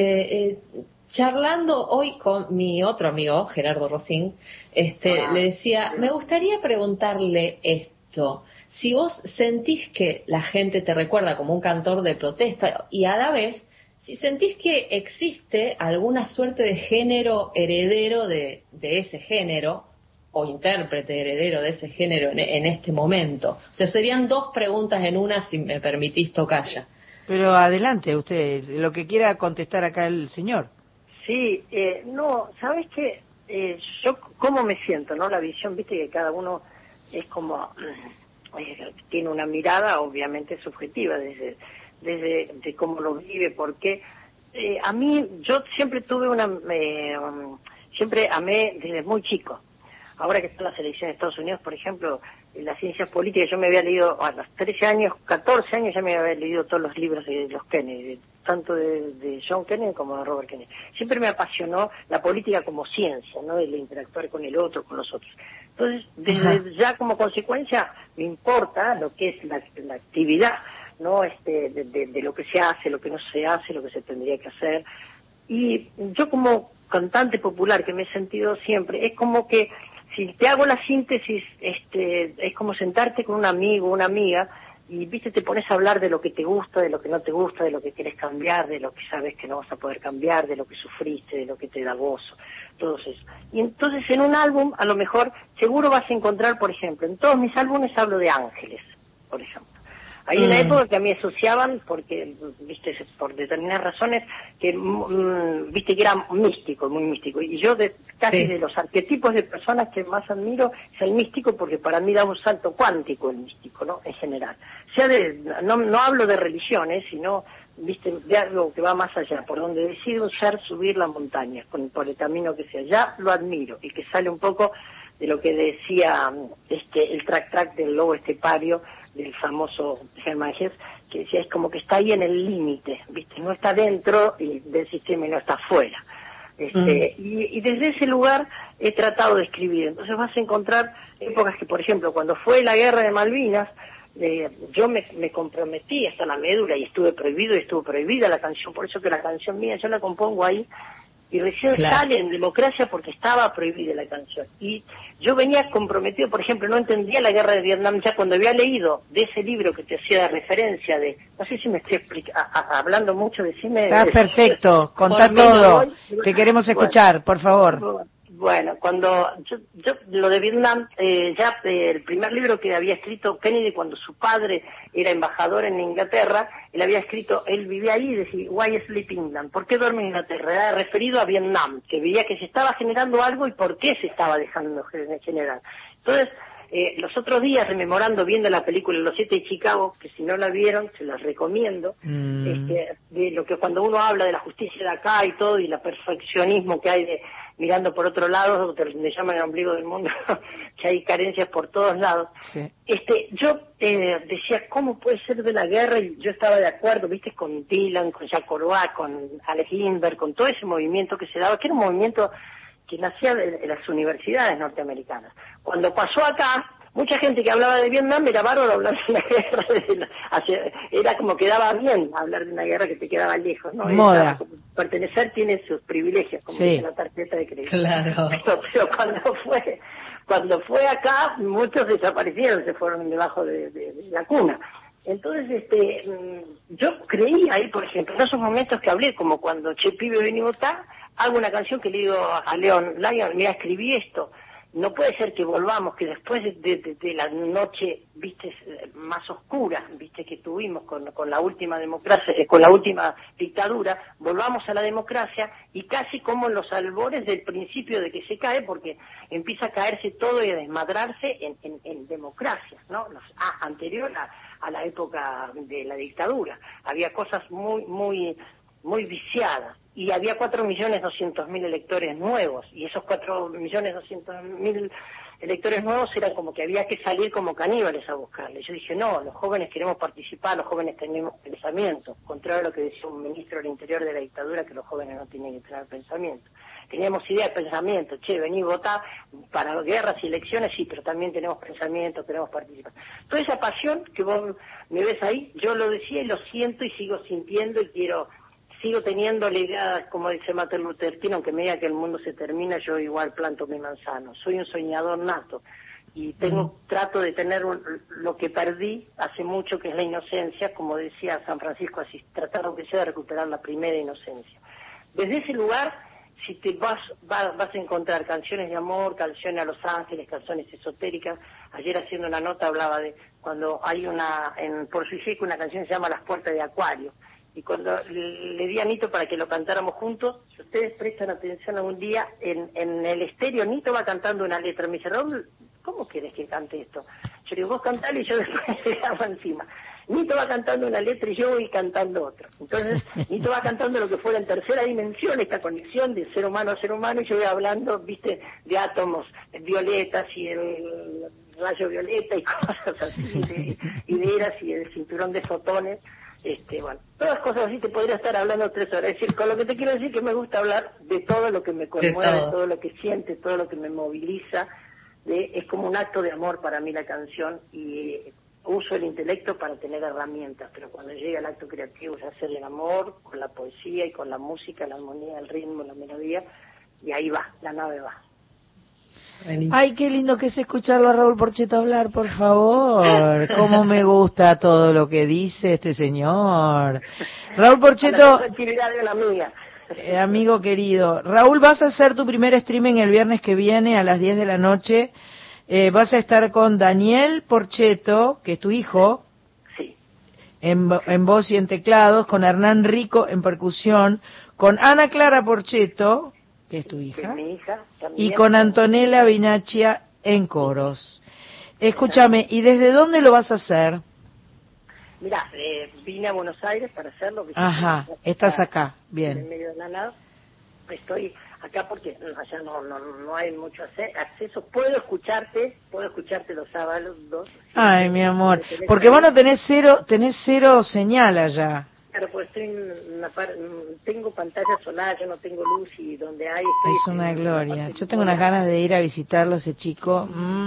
charlando hoy con mi otro amigo, Gerardo Rosín, le decía, me gustaría preguntarle esto. Si vos sentís que la gente te recuerda como un cantor de protesta y a la vez... Si sentís que existe alguna suerte de género heredero de ese género, o intérprete heredero de ese género en este momento. O sea, serían dos preguntas en una, si me permitís, tocaya. Pero adelante usted, lo que quiera contestar acá el señor. Sí, no, ¿sabes qué? Yo, ¿cómo me siento, no? La visión, viste que cada uno es como... tiene una mirada, obviamente, subjetiva, desde cómo lo vive, porque a mí, yo siempre tuve siempre amé desde muy chico. Ahora que están las elecciones de Estados Unidos, por ejemplo, en las ciencias políticas, yo me había leído, a los 13 años, 14 años, ya me había leído todos los libros de los Kennedy, tanto de John Kennedy como de Robert Kennedy. Siempre me apasionó la política como ciencia, ¿no? El interactuar con el otro, con los otros. Entonces, desde ya como consecuencia, me importa lo que es la actividad, ¿no? De lo que se hace, lo que no se hace, lo que se tendría que hacer. Y yo como cantante popular que me he sentido siempre, es como que si te hago la síntesis, es como sentarte con un amigo, una amiga, y viste, te pones a hablar de lo que te gusta, de lo que no te gusta, de lo que quieres cambiar, de lo que sabes que no vas a poder cambiar, de lo que sufriste, de lo que te da gozo, todo eso. Y entonces en un álbum, a lo mejor, seguro vas a encontrar, por ejemplo, en todos mis álbumes hablo de ángeles, por ejemplo. Hay una época que a mí asociaban, porque, viste, por determinadas razones, que, viste, que era místico, muy místico. Y yo casi de los arquetipos de personas que más admiro es el místico, porque para mí da un salto cuántico el místico, ¿no? En general. No hablo de religiones, sino, viste, de algo que va más allá, por donde decide un ser subir la montaña, por el camino que sea. Ya lo admiro, y que sale un poco de lo que decía el track del lobo estepario, del famoso Hermann Hesse, que decía, es como que está ahí en el límite, ¿viste? No está dentro del sistema y no está afuera. Y desde ese lugar he tratado de escribir. Entonces vas a encontrar épocas que, por ejemplo, cuando fue la guerra de Malvinas, yo me comprometí hasta la médula y estuvo prohibida la canción, por eso que la canción mía yo la compongo ahí, y recién sale en democracia porque estaba prohibida la canción. Y yo venía comprometido, por ejemplo, no entendía la guerra de Vietnam ya cuando había leído de ese libro que te hacía referencia de, no sé si me estoy hablando mucho, decime. Está perfecto, contá todo, te queremos escuchar, por favor. Bueno, cuando yo lo de Vietnam, ya el primer libro que había escrito Kennedy cuando su padre era embajador en Inglaterra, él había escrito, él vivía ahí y decía, why sleep in England? ¿Por qué duerme en Inglaterra? Era referido a Vietnam, que veía que se estaba generando algo y por qué se estaba dejando generar. Entonces, los otros días, rememorando, viendo la película Los 7 de Chicago, que si no la vieron, se las recomiendo, de lo que cuando uno habla de la justicia de acá y todo, y el perfeccionismo que hay de mirando por otro lado, donde llaman el ombligo del mundo, que hay carencias por todos lados. Sí. Yo decía, ¿cómo puede ser de la guerra? Y yo estaba de acuerdo, viste, con Dylan, con Jack Kerouac, con Alex Lindbergh, con todo ese movimiento que se daba, que era un movimiento que nacía de las universidades norteamericanas. Cuando pasó acá, mucha gente que hablaba de Vietnam era bárbaro hablar de la guerra, era como que daba bien hablar de una guerra que te quedaba lejos, ¿no? Moda. Pertenecer tiene sus privilegios, como dice la tarjeta de crédito. Claro. Pero cuando fue acá, muchos desaparecieron, se fueron debajo de la cuna. Entonces, yo creí ahí, por ejemplo, en esos momentos que hablé, como cuando Che Pibe ven y votá, hago una canción que le digo a Leon Lyon, mira, escribí esto. No puede ser que volvamos, que después de la noche, viste, más oscura, viste, que tuvimos con la última democracia, con la última dictadura, volvamos a la democracia y casi como en los albores del principio de que se cae, porque empieza a caerse todo y a desmadrarse en democracia, ¿no? Anterior a la época de la dictadura. Había cosas muy viciadas. Y había 4.200.000 electores nuevos, y esos 4.200.000 electores nuevos eran como que había que salir como caníbales a buscarle. Yo dije, no, los jóvenes queremos participar, los jóvenes tenemos pensamiento, contrario a lo que decía un ministro del Interior de la dictadura, que los jóvenes no tienen que tener pensamiento. Teníamos idea de pensamiento, vení, votá para guerras y elecciones, sí, pero también tenemos pensamiento, queremos participar. Toda esa pasión que vos me ves ahí, yo lo decía y lo siento y sigo sintiendo y sigo teniendo la idea, como dice Martin Luther King, aunque me diga que el mundo se termina, yo igual planto mi manzano. Soy un soñador nato y trato de tener lo que perdí hace mucho, que es la inocencia, como decía San Francisco Asís, tratar aunque sea de recuperar la primera inocencia. Desde ese lugar, si te vas a encontrar canciones de amor, canciones a los ángeles, canciones esotéricas. Ayer haciendo una nota hablaba de cuando hay por Suijeco una canción que se llama Las Puertas de Acuario. Y cuando le di a Nito para que lo cantáramos juntos, si ustedes prestan atención algún día, en el estéreo Nito va cantando una letra. Me dice, Raúl, ¿cómo quieres que cante esto? Yo le digo, vos cantale y yo después le hago encima. Nito va cantando una letra y yo voy cantando otra. Entonces, Nito va cantando lo que fuera en tercera dimensión, esta conexión de ser humano a ser humano, y yo voy hablando, viste, de átomos violetas y el rayo violeta y cosas así, de ideas y el cinturón de fotones. Bueno, todas cosas así te podría estar hablando 3 horas. Es decir, con lo que te quiero decir que me gusta hablar de todo lo que me conmueve, todo lo que siente, todo lo que me moviliza. Es como un acto de amor para mí la canción, y uso el intelecto para tener herramientas, pero cuando llega el acto creativo es hacer el amor con la poesía y con la música, la armonía, el ritmo, la melodía, y ahí va, la nave va. Ay, qué lindo que es escucharlo a Raúl Porchetto hablar, por favor. Cómo me gusta todo lo que dice este señor. Raúl Porchetto, amigo querido. Raúl, vas a hacer tu primer streaming el viernes que viene a las 10 de la noche. Vas a estar con Daniel Porchetto, que es tu hijo. Sí. en voz y en teclados, con Hernán Rico en percusión, con Ana Clara Porchetto, que es tu hija, mi hija y con Antonella Vinaccia en coros. Escúchame, ¿y desde dónde lo vas a hacer? Mira, vine a Buenos Aires para hacerlo. Ajá, estás acá, bien. En medio de la nada. Estoy acá porque allá no hay mucho acceso. Puedo escucharte los sábados. Ay, mi amor, porque vos no tenés cero señal allá. Claro, pues estoy tengo pantalla solar, yo no tengo luz y donde hay... Es una gloria. Yo tengo unas ganas de ir a visitarlo, ese chico.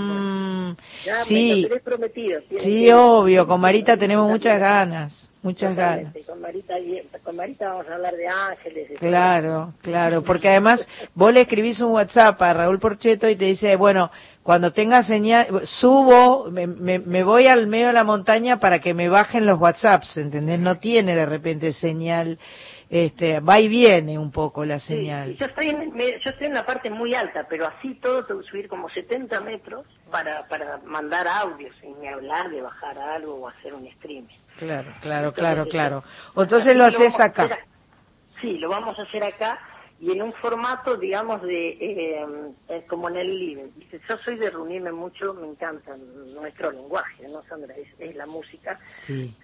Ya, sí, me lo prometido. Sí, obvio, con Marita tenemos muchas ganas. Muchas ganas. Con Marita vamos a hablar de ángeles. Claro, porque además vos le escribís un WhatsApp a Raúl Porchetto y te dice, bueno, cuando tenga señal, subo, me voy al medio de la montaña para que me bajen los WhatsApps, ¿entendés? No tiene de repente señal, va y viene un poco la señal. Sí, yo estoy en la parte muy alta, pero así todo tengo que subir como 70 metros para mandar audios, sin ni hablar de bajar algo o hacer un streaming. Claro. Entonces lo haces acá. Sí, lo vamos a hacer acá y en un formato, digamos, como en el living. Yo soy de reunirme mucho, me encanta nuestro lenguaje, ¿no, Sandra? Es la música. Sí.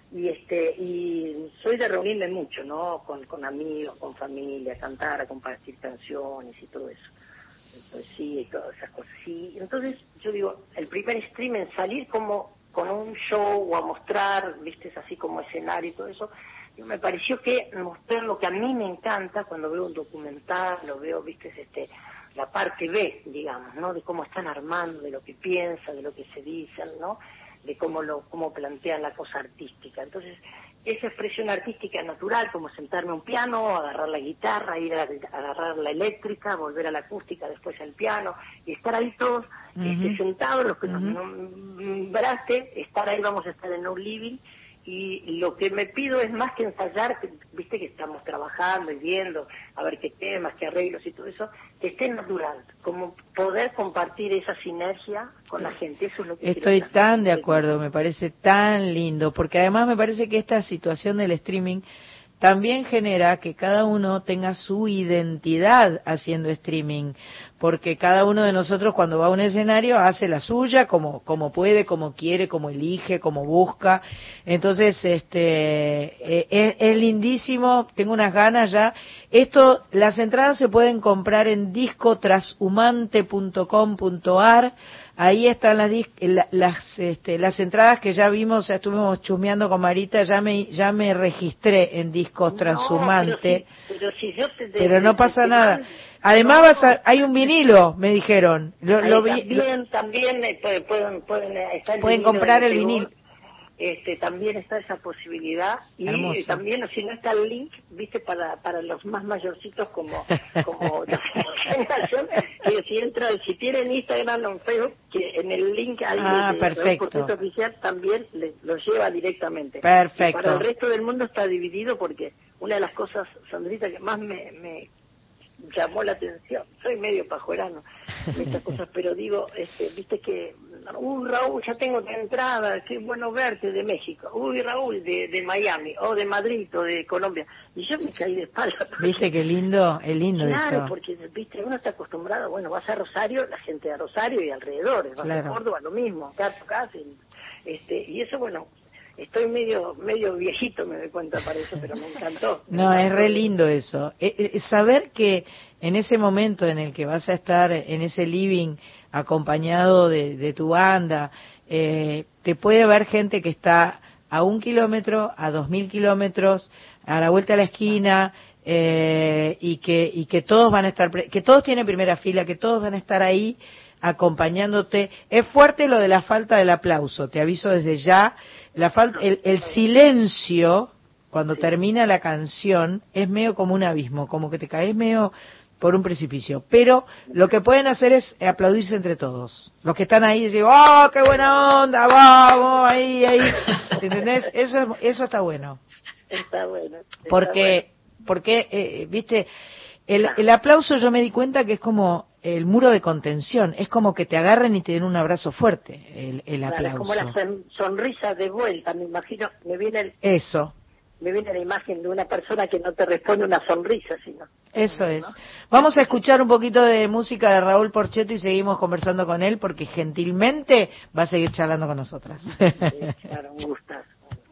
Y soy de reunirme mucho, ¿no? Con amigos, con familia, cantar, a compartir canciones y todo eso. Poesía y todas esas cosas. Sí, entonces yo digo, el primer stream en salir como con un show o a mostrar, viste, así como escenario y todo eso, me pareció que mostrar lo que a mí me encanta cuando veo un documental, lo veo, viste, la parte B, digamos, ¿no? De cómo están armando, de lo que piensan, de lo que se dicen, ¿no? De cómo plantean la cosa artística. Entonces, esa expresión artística natural, como sentarme a un piano, agarrar la guitarra, ir a agarrar la eléctrica, volver a la acústica, después al piano, y estar ahí todos sentados, los que nos nombraste, estar ahí, vamos a estar en un living, y lo que me pido es más que ensayar, viste que estamos trabajando y viendo a ver qué temas, qué arreglos y todo eso, que esté natural, como poder compartir esa sinergia con la gente. Eso es lo que estoy tan de acuerdo, me parece tan lindo, porque además me parece que esta situación del streaming también genera que cada uno tenga su identidad haciendo streaming, porque cada uno de nosotros cuando va a un escenario hace la suya como puede, como quiere, como elige, como busca. Entonces, es lindísimo, tengo unas ganas ya. Las entradas se pueden comprar en discotrashumante.com.ar. Ahí están las entradas que ya vimos, ya estuvimos chusmeando con Marita, ya me registré en Discos Transhumante, pero no pasa nada. Además hay un vinilo, me dijeron. También pueden comprar el vinilo. También está esa posibilidad y hermoso. También, si no está el link, viste, para los más mayorcitos como generación, si tienen Instagram o en Facebook, que en el link hay perfecto. Oficial también lo lleva directamente. Perfecto. Y para el resto del mundo está dividido porque una de las cosas, Sandrita, que más me llamó la atención, soy medio pajuerano en estas cosas, pero digo, viste que Raúl, ya tengo tu entrada, qué bueno verte, de México, Raúl de Miami, o de Madrid, o de Colombia, y yo me caí de espalda. Viste qué lindo, es lindo claro, eso. Porque viste, uno está acostumbrado, bueno, vas a Rosario, la gente de Rosario y alrededores, vas a Córdoba, lo mismo, acá y eso, bueno, estoy medio viejito, me doy cuenta para eso, pero me encantó. No, es re lindo eso. Saber que en ese momento en el que vas a estar en ese living acompañado de tu banda, te puede ver gente que está a 1 kilómetro, a 2000 kilómetros, a la vuelta de la esquina, y que todos van a estar, que todos tienen primera fila, que todos van a estar ahí acompañándote. Es fuerte lo de la falta del aplauso, te aviso desde ya. El silencio cuando termina la canción es medio como un abismo, como que te caes medio por un precipicio, pero lo que pueden hacer es aplaudirse entre todos, los que están ahí, dicen, ¡oh, qué buena onda! ¡Vamos! Ahí, ¿entendés? Eso está bueno. Está bueno. Porque viste, el aplauso yo me di cuenta que es como el muro de contención, es como que te agarren y te den un abrazo fuerte, el aplauso. Es como la sonrisa de vuelta, me imagino, me viene la imagen de una persona que no te responde una sonrisa, sino. Eso es. Vamos a escuchar un poquito de música de Raúl Porchetto y seguimos conversando con él, porque gentilmente va a seguir charlando con nosotras. Sí, claro, un gustazo.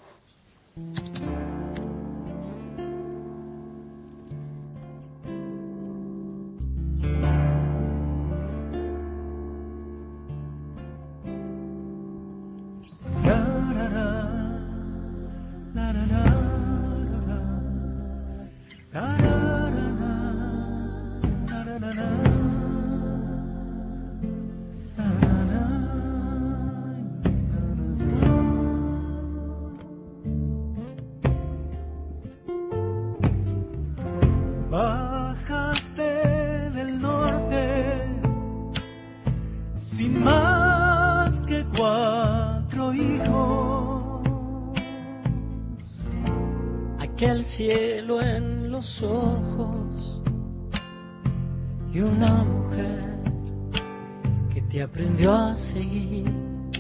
Bajaste del norte sin más que 4 hijos, aquel cielo en los ojos y una mujer que te aprendió a seguir.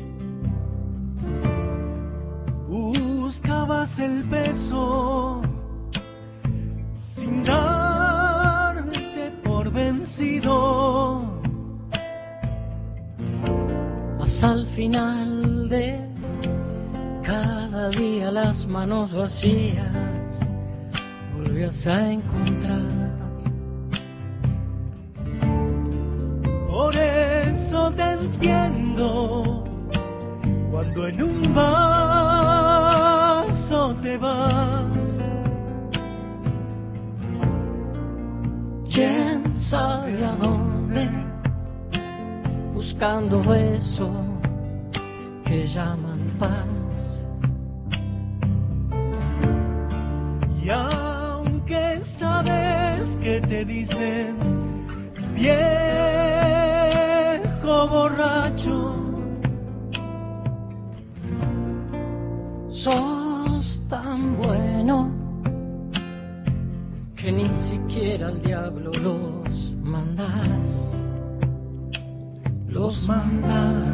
Buscabas el beso sin darte por vencido, mas al final de cada día las manos vacías volvías a encontrar. Por eso te entiendo cuando en un vaso te vas. ¿Quién sabe a dónde? Buscando eso que llaman paz. Y aunque sabes que te dicen viejo borracho, sos tan bueno que ni siquiera al diablo los mandás, los mandás.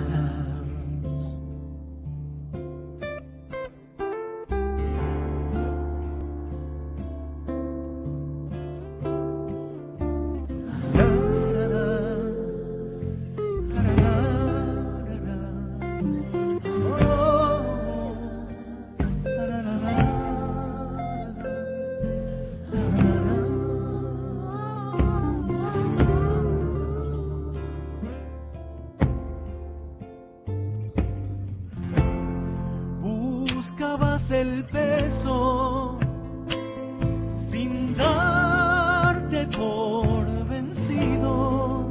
Buscabas el peso sin darte por vencido,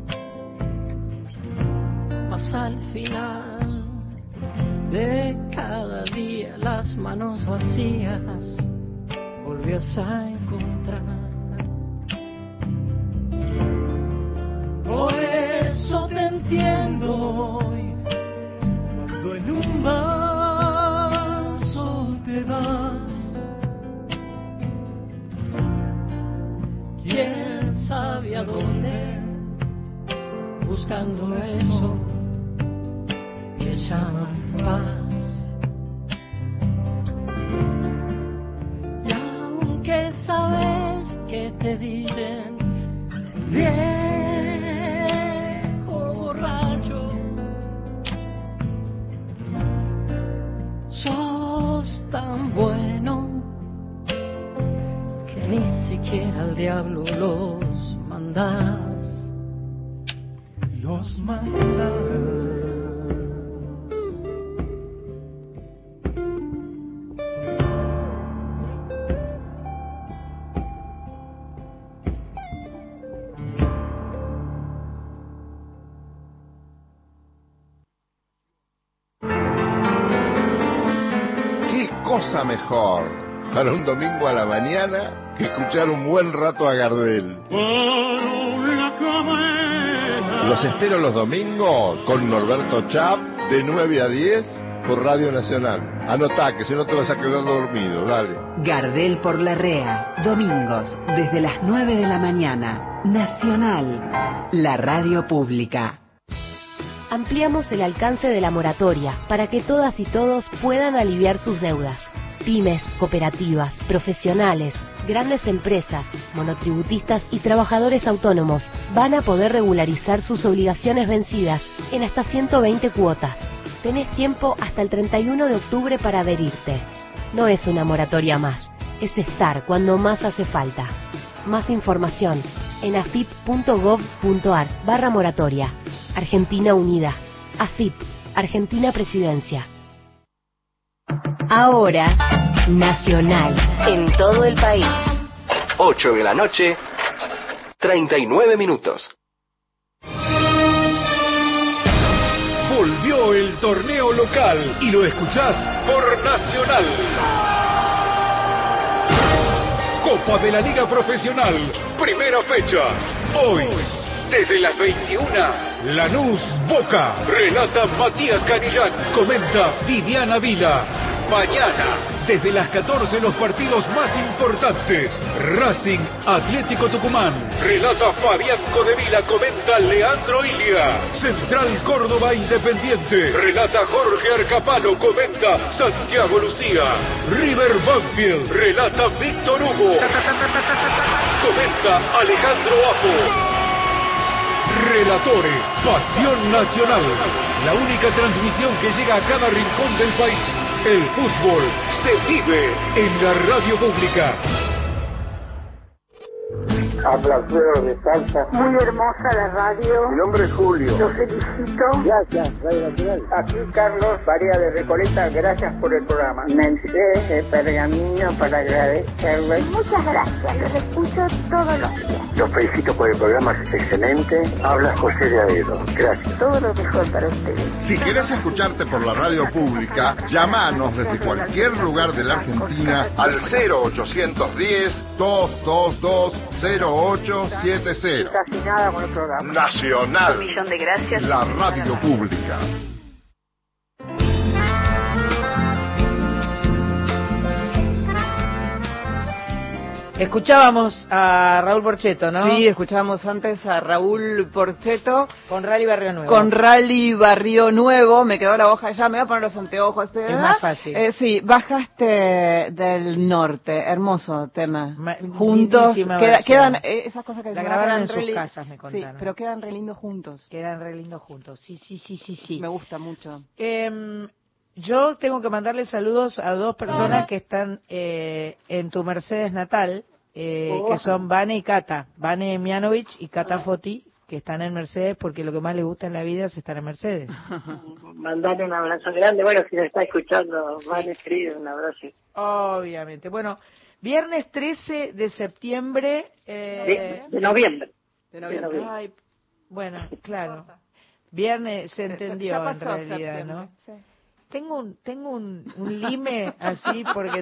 mas al final de cada día las manos vacías volvías a encontrar. Por eso te entiendo hoy cuando en un vaso te vas. ¿Quién sabe a dónde? Buscando eso que llaman paz. Y aunque sabes que te dicen viejo borracho, sos tan bueno que ni siquiera al diablo los mandás, los mandás. Cosa mejor para un domingo a la mañana que escuchar un buen rato a Gardel. Los espero los domingos con Norberto Chap de 9 a 10 por Radio Nacional. Anotá, que si no te vas a quedar dormido, dale. Gardel por Larrea, domingos, desde las 9 de la mañana. Nacional, la radio pública. Ampliamos el alcance de la moratoria para que todas y todos puedan aliviar sus deudas. Pymes, cooperativas, profesionales, grandes empresas, monotributistas y trabajadores autónomos van a poder regularizar sus obligaciones vencidas en hasta 120 cuotas. Tenés tiempo hasta el 31 de octubre para adherirte. No es una moratoria más, es estar cuando más hace falta. Más información en afip.gov.ar/moratoria. Argentina Unida. AFIP, Argentina Presidencia. Ahora, Nacional, en todo el país. 8 de la noche, 39 minutos. Volvió el torneo local y lo escuchás por Nacional. Copa de la Liga Profesional, primera fecha. Hoy, desde las 21, Lanús Boca. Relata Matías Canillán. Comenta Viviana Vila. Mañana, desde las 14, los partidos más importantes. Racing Atlético Tucumán. Relata Fabián Codevila. Comenta Leandro Ilia. Central Córdoba Independiente. Relata Jorge Arcapano. Comenta Santiago Lucía. River Banfield. Relata Víctor Hugo. Comenta Alejandro Apo. Relatores, Pasión Nacional, la única transmisión que llega a cada rincón del país. El fútbol se vive en la radio pública. Habla Flor de Salsa. Muy hermosa la radio. Mi nombre es Julio. Los felicito. Gracias, Radio Nacional. Aquí Carlos Barea de Recoleta. Gracias por el programa. Mercedes de Pergamino para agradecerles. Muchas gracias. Los escucho todos los días. Los felicito por el programa, es excelente. Habla José de Aedo. Gracias. Todo lo mejor para ustedes. Si querés escucharte por la radio pública, llamanos desde cualquier lugar de la Argentina al 0810-222-0870. Casi nada con el programa. Nacional. Un millón de gracias. La radio pública. Escuchábamos a Raúl Porcheto, ¿no? Sí, escuchábamos antes a Raúl Porcheto. Con Rally Barrio Nuevo. Con Rally Barrio Nuevo. Me quedó la hoja ya, me voy a poner los anteojos. Es más fácil. Sí, Bajaste del Norte. Hermoso tema. Juntos. Quedan esas cosas que la grabaron en sus casas, me contaron. Sí, pero quedan re lindos juntos. Quedan re lindos juntos. Sí. Me gusta mucho. Yo tengo que mandarle saludos a dos personas que están en tu Mercedes natal, que son Vane y Cata. Vane Mianovich y Cata Foti, que están en Mercedes porque lo que más les gusta en la vida es estar en Mercedes. Mandarle un abrazo grande. Bueno, si nos está escuchando, Vane, querido, un abrazo. Obviamente. Bueno, viernes 13 de septiembre. De noviembre. De noviembre. Ay, bueno, claro. Viernes se entendió ya pasó en realidad, septiembre. ¿no? Sí. Tengo un lime así porque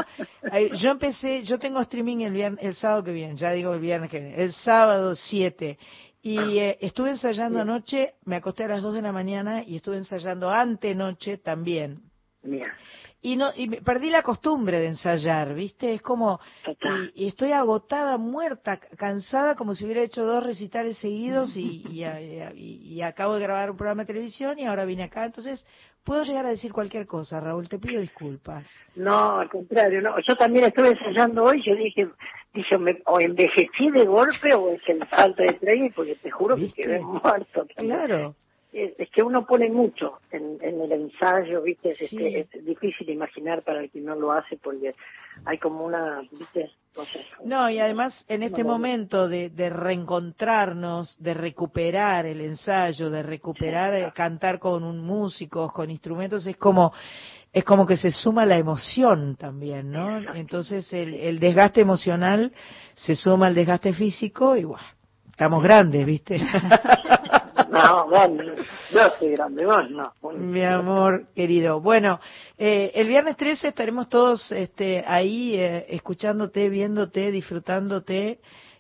yo tengo streaming el sábado que viene, ya digo el viernes que viene, el sábado 7 y estuve ensayando anoche, me acosté a las 2 de la mañana y estuve ensayando antenoche también. Mira. Y perdí la costumbre de ensayar, ¿viste? Es como, y estoy agotada, muerta, cansada, como si hubiera hecho 2 recitales seguidos y acabo de grabar un programa de televisión y ahora vine acá. Entonces, puedo llegar a decir cualquier cosa, Raúl, te pido disculpas. No, al contrario, no. Yo también estuve ensayando hoy, yo dije o envejecí de golpe o es el falta de training, porque te juro que quedé muerto. Claro. Es que uno pone mucho en el ensayo, ¿viste? Sí. Es difícil imaginar para el que no lo hace porque hay como una, ¿viste? No, y además en este momento de reencontrarnos, de recuperar el ensayo, de recuperar cantar con un músico, con instrumentos, es como que se suma la emoción también, ¿no? Entonces el desgaste emocional se suma al desgaste físico y ¡buah! Estamos grandes, ¿viste? No, grande. Yo soy grande, vos no. Mi amor querido. Bueno, el viernes 13 estaremos todos ahí escuchándote, viéndote, disfrutándote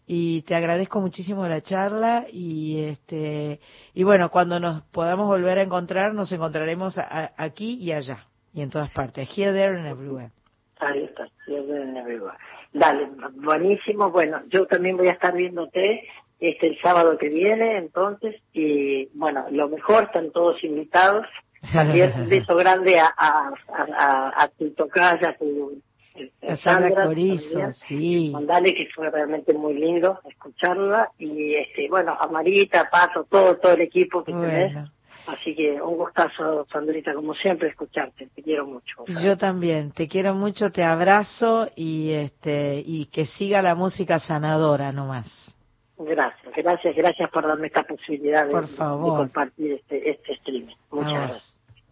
y te agradezco muchísimo la charla y bueno, cuando nos podamos volver a encontrar, nos encontraremos aquí y allá y en todas partes, here, there and everywhere. Ahí está, here, there and everywhere. Dale, buenísimo. Bueno, yo también voy a estar viéndote el sábado que viene, entonces, y bueno, lo mejor, están todos invitados. También un beso grande a tu tocaya, a tu a Sandra Corizo, sí. Mandale, que fue realmente muy lindo escucharla, y bueno, a Marita, a Pato, todo el equipo que tenés. Así que un gustazo, Sandrita, como siempre, escucharte. Te quiero mucho. ¿Sabes? Yo también, te quiero mucho, te abrazo y que siga la música sanadora nomás. Gracias por darme esta posibilidad de compartir este streaming. Muchas gracias.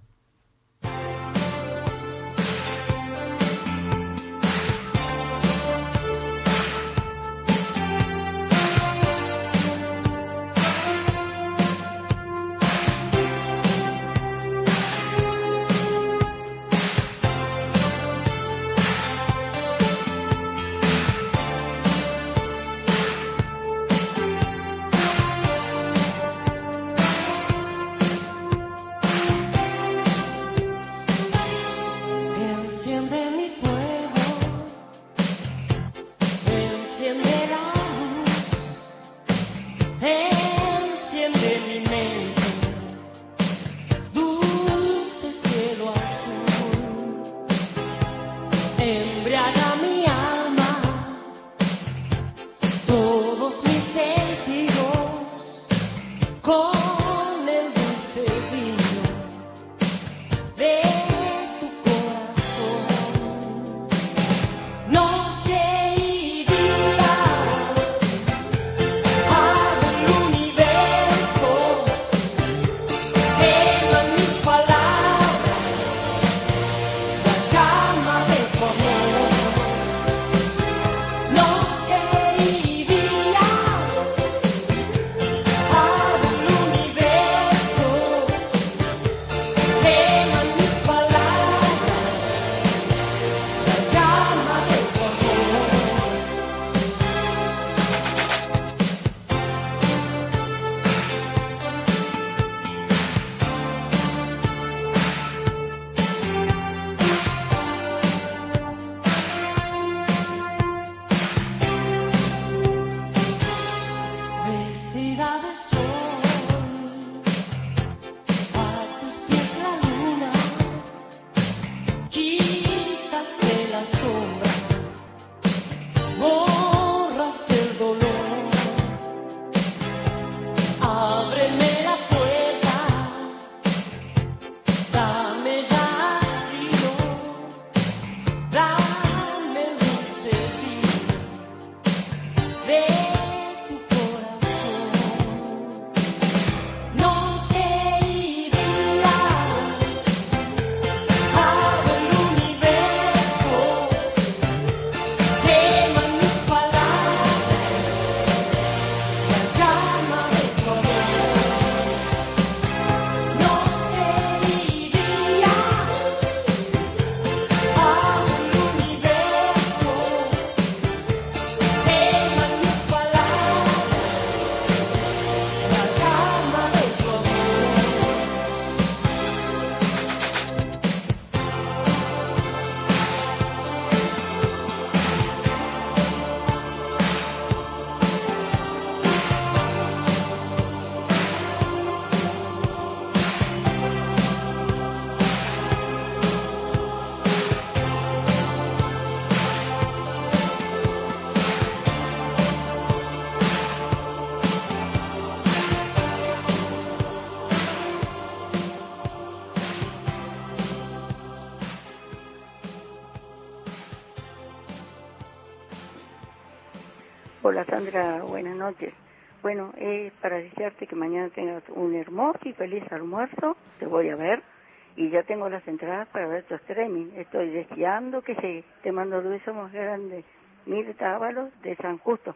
Hola Sandra, buenas noches. Bueno, para desearte que mañana tengas un hermoso y feliz almuerzo, te voy a ver y ya tengo las entradas para ver tu streaming. Estoy deseando que llegue. Te mando el beso más grande, Mirta Ábalos de San Justo.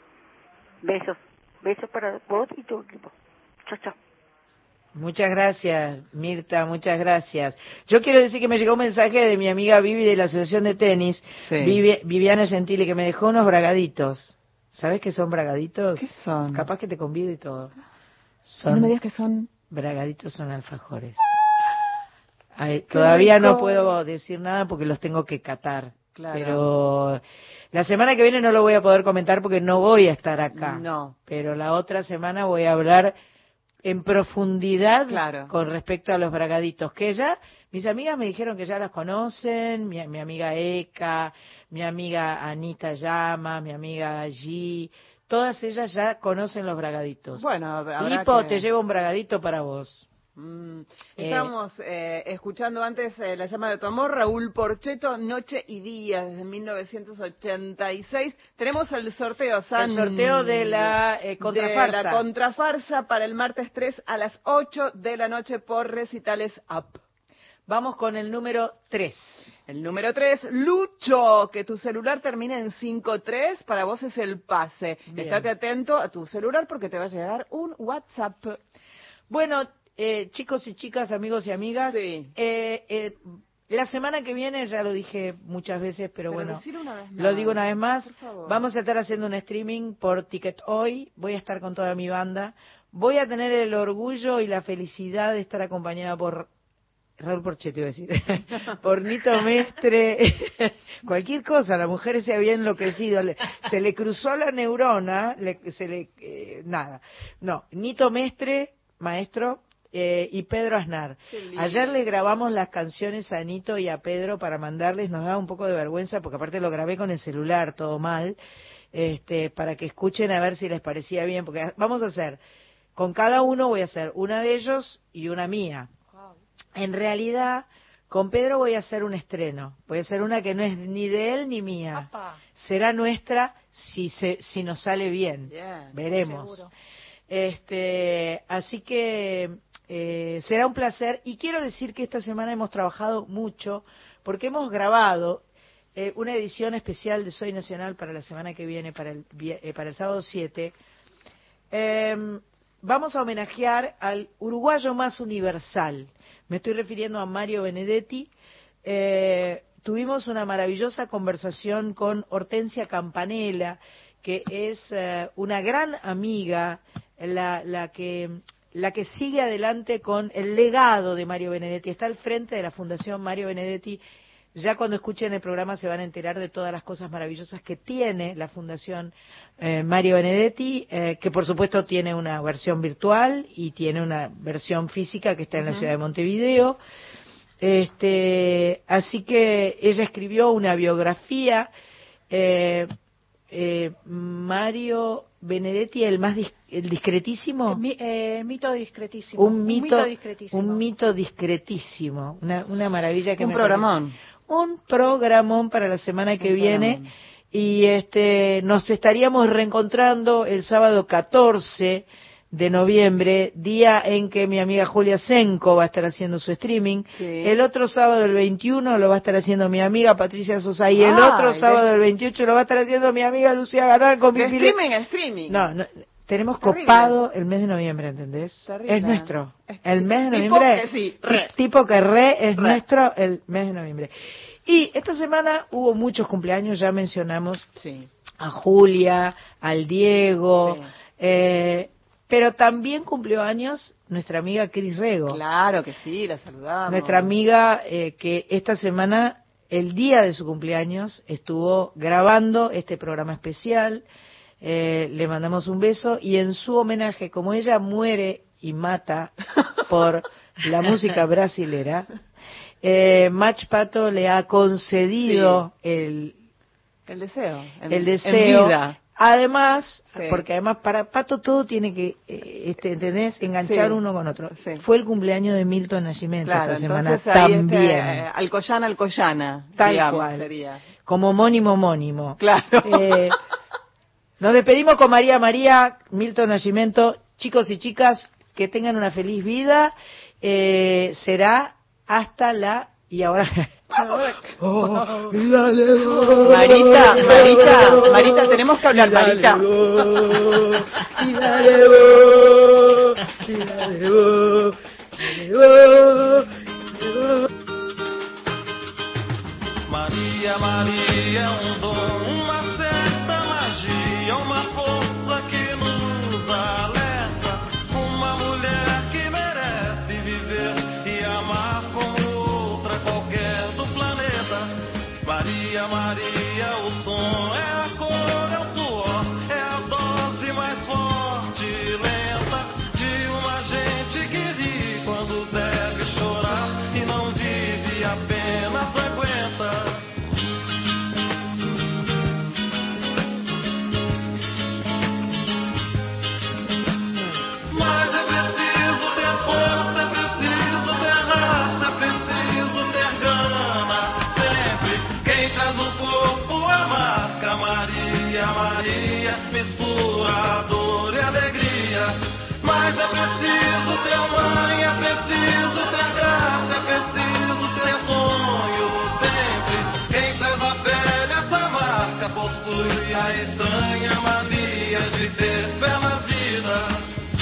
Besos para vos y tu equipo. Chao, chao. Muchas gracias, Mirta, muchas gracias. Yo quiero decir que me llegó un mensaje de mi amiga Vivi de la Asociación de Tenis, sí. Viviana Gentili, que me dejó unos bragaditos. ¿Sabes qué son bragaditos? ¿Qué son? Capaz que te convido y todo. No me digas que son... Bragaditos son alfajores. Ay, todavía no puedo decir nada porque los tengo que catar. Claro. Pero la semana que viene no lo voy a poder comentar porque no voy a estar acá. No. Pero la otra semana voy a hablar en profundidad con respecto a los bragaditos, que ya mis amigas me dijeron que ya las conocen, mi amiga Eka, mi amiga Anita Llama, mi amiga G, todas ellas ya conocen los bragaditos. Bueno, Lipo, te llevo un bragadito para vos. Estamos escuchando antes La llama de tu amor, Raúl Porcheto, Noche y Día, desde 1986. Tenemos el sorteo, San. El sorteo de la contrafarsa. De la contrafarsa para el martes 3 a las 8 de la noche por Recitales Up. Vamos con el número 3. El número 3, Lucho, que tu celular termine en 53, para vos es el pase. Bien. Estate atento a tu celular porque te va a llegar un WhatsApp. Bueno, chicos y chicas, amigos y amigas, la semana que viene, ya lo dije muchas veces, pero bueno, lo digo una vez más, vamos a estar haciendo un streaming por Ticket Hoy, voy a estar con toda mi banda, voy a tener el orgullo y la felicidad de estar acompañada por Raúl Porcheto, iba a decir, por Nito Mestre, cualquier cosa, la mujer se había enloquecido, se le cruzó la neurona, nada, no, Nito Mestre, maestro, y Pedro Aznar. Ayer le grabamos las canciones a Nito y a Pedro para mandarles, nos daba un poco de vergüenza porque aparte lo grabé con el celular, todo mal, para que escuchen a ver si les parecía bien, porque vamos a hacer, con cada uno voy a hacer una de ellos y una mía. En realidad, con Pedro voy a hacer un estreno, voy a hacer una que no es ni de él ni mía, será nuestra si nos sale bien, veremos. Así que será un placer y quiero decir que esta semana hemos trabajado mucho porque hemos grabado una edición especial de Soy Nacional para la semana que viene, para el sábado 7. Vamos a homenajear al uruguayo más universal. Me estoy refiriendo a Mario Benedetti. Tuvimos una maravillosa conversación con Hortensia Campanella, que es una gran amiga, la que sigue adelante con el legado de Mario Benedetti. Está al frente de la Fundación Mario Benedetti. Ya cuando escuchen el programa se van a enterar de todas las cosas maravillosas que tiene la Fundación Mario Benedetti, que por supuesto tiene una versión virtual y tiene una versión física que está en la ciudad de Montevideo. Así que ella escribió una biografía, Mario Benedetti, el discretísimo. Mito discretísimo. Un mito discretísimo. Una maravilla que un programón. Un programón para la semana que viene. Y nos estaríamos reencontrando el sábado 14 de noviembre, día en que mi amiga Julia Senko va a estar haciendo su streaming. El otro sábado, el 21, lo va a estar haciendo mi amiga Patricia Sosa. Y el otro sábado, el 28, lo va a estar haciendo mi amiga Lucía Garral con streaming. No, tenemos copado el mes de noviembre, ¿entendés? Es nuestro. El mes de noviembre. Tipo que es nuestro el mes de noviembre. Y esta semana hubo muchos cumpleaños, ya mencionamos a Julia, al Diego, pero también cumplió años nuestra amiga Cris Rego. Claro que sí, la saludamos. Nuestra amiga que esta semana, el día de su cumpleaños, estuvo grabando este programa especial. Le mandamos un beso y en su homenaje, como ella muere y mata por la música brasilera, Mach Pato le ha concedido el deseo. En vida. Además, porque además para Pato todo tiene que, ¿entendés? Enganchar uno con otro. Fue el cumpleaños de Milton Nascimento esta semana también. Alcoyana, tal digamos, cual. Sería. Como homónimo. Claro. Nos despedimos con María, Milton Nascimento. Chicos y chicas, que tengan una feliz vida. Será hasta la... Y ahora... Marita, tenemos que hablar, Marita. Maria, Maria é um dom, uma certa magia, uma Maria, Maria, o som é a cor, é o suor, é a dose mais forte e lenta de uma gente que ri quando deve chorar e não vive, apenas aguenta. Mas é preciso ter força, é preciso ter raça, é preciso ter gana. Sempre quem traz o corpo é a marca. Maria, Maria, mistura a dor e a alegria. Mas é preciso ter mãe, é preciso ter graça, é preciso ter sonho. Sempre quem traz a pele essa marca possui a estranha mania de ter fé na vida.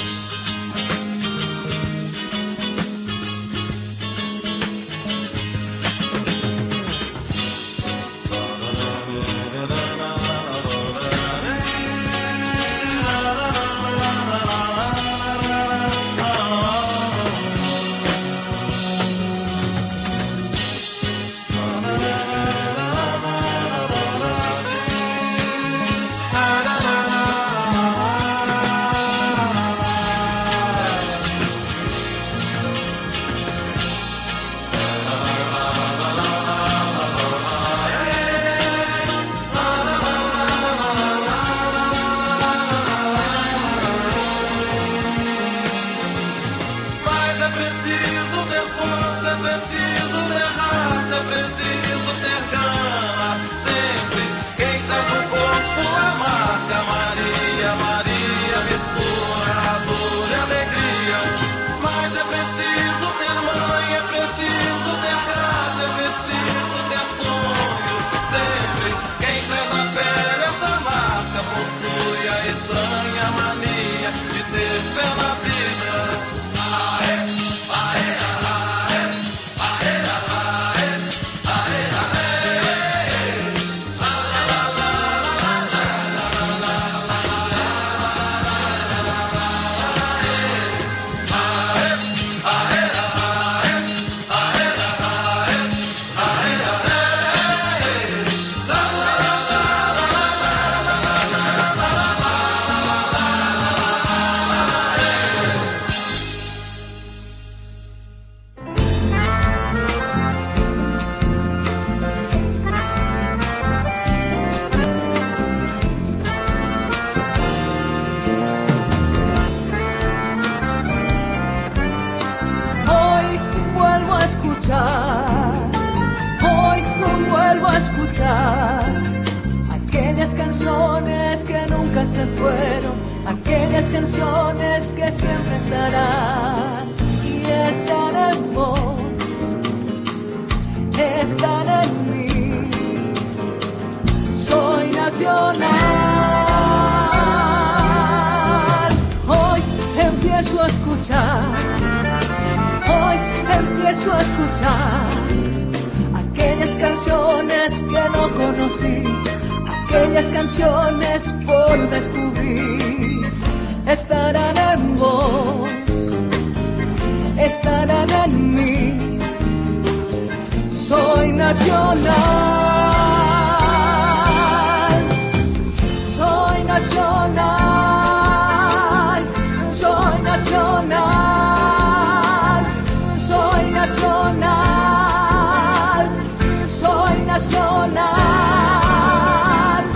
Mas é preciso ter força, é preciso ter raça, é preciso ter gana. Sempre quem traz o corpo é a marca. Maria, Maria, mistura a dor e a alegria. Mas é preciso ter mãe, é preciso ter graça, é preciso ter sonho. Sempre quem traz a pele essa marca possui a estranha mania de ter fé na vida. Hoy vuelvo a escuchar, hoy vuelvo a escuchar aquellas canciones que nunca se fueron, aquellas canciones que siempre estarán y están en vos, están en mí. Soy nacional, hoy empiezo a escuchar. Hoy empiezo a escuchar aquellas canciones que no conocí, aquellas canciones por descubrir. Estarán en vos, estarán en mí. Soy nacional, soy nacional, soy nacional. Soy nacional, soy nacional.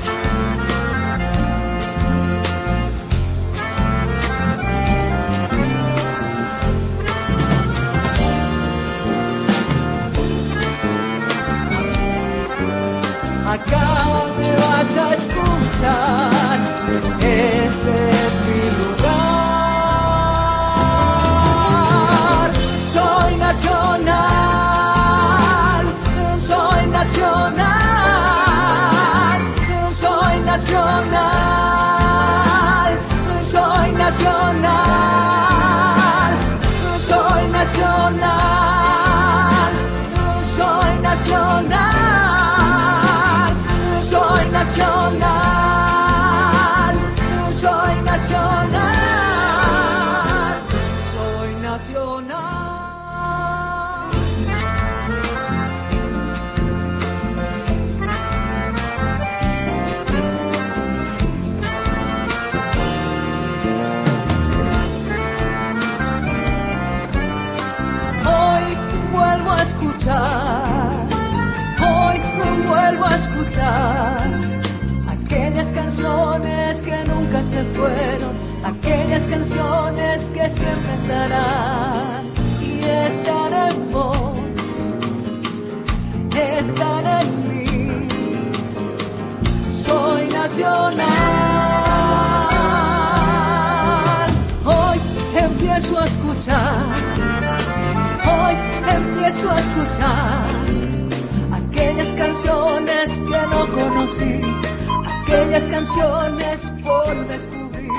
Acá me vas a escuchar, este es mi lugar. Soy nacional, soy nacional, soy nacional, soy nacional, soy nacional, soy nacional, están en mí. Soy nacional. Hoy empiezo a escuchar. Hoy empiezo a escuchar aquellas canciones que no conocí, aquellas canciones por descubrir.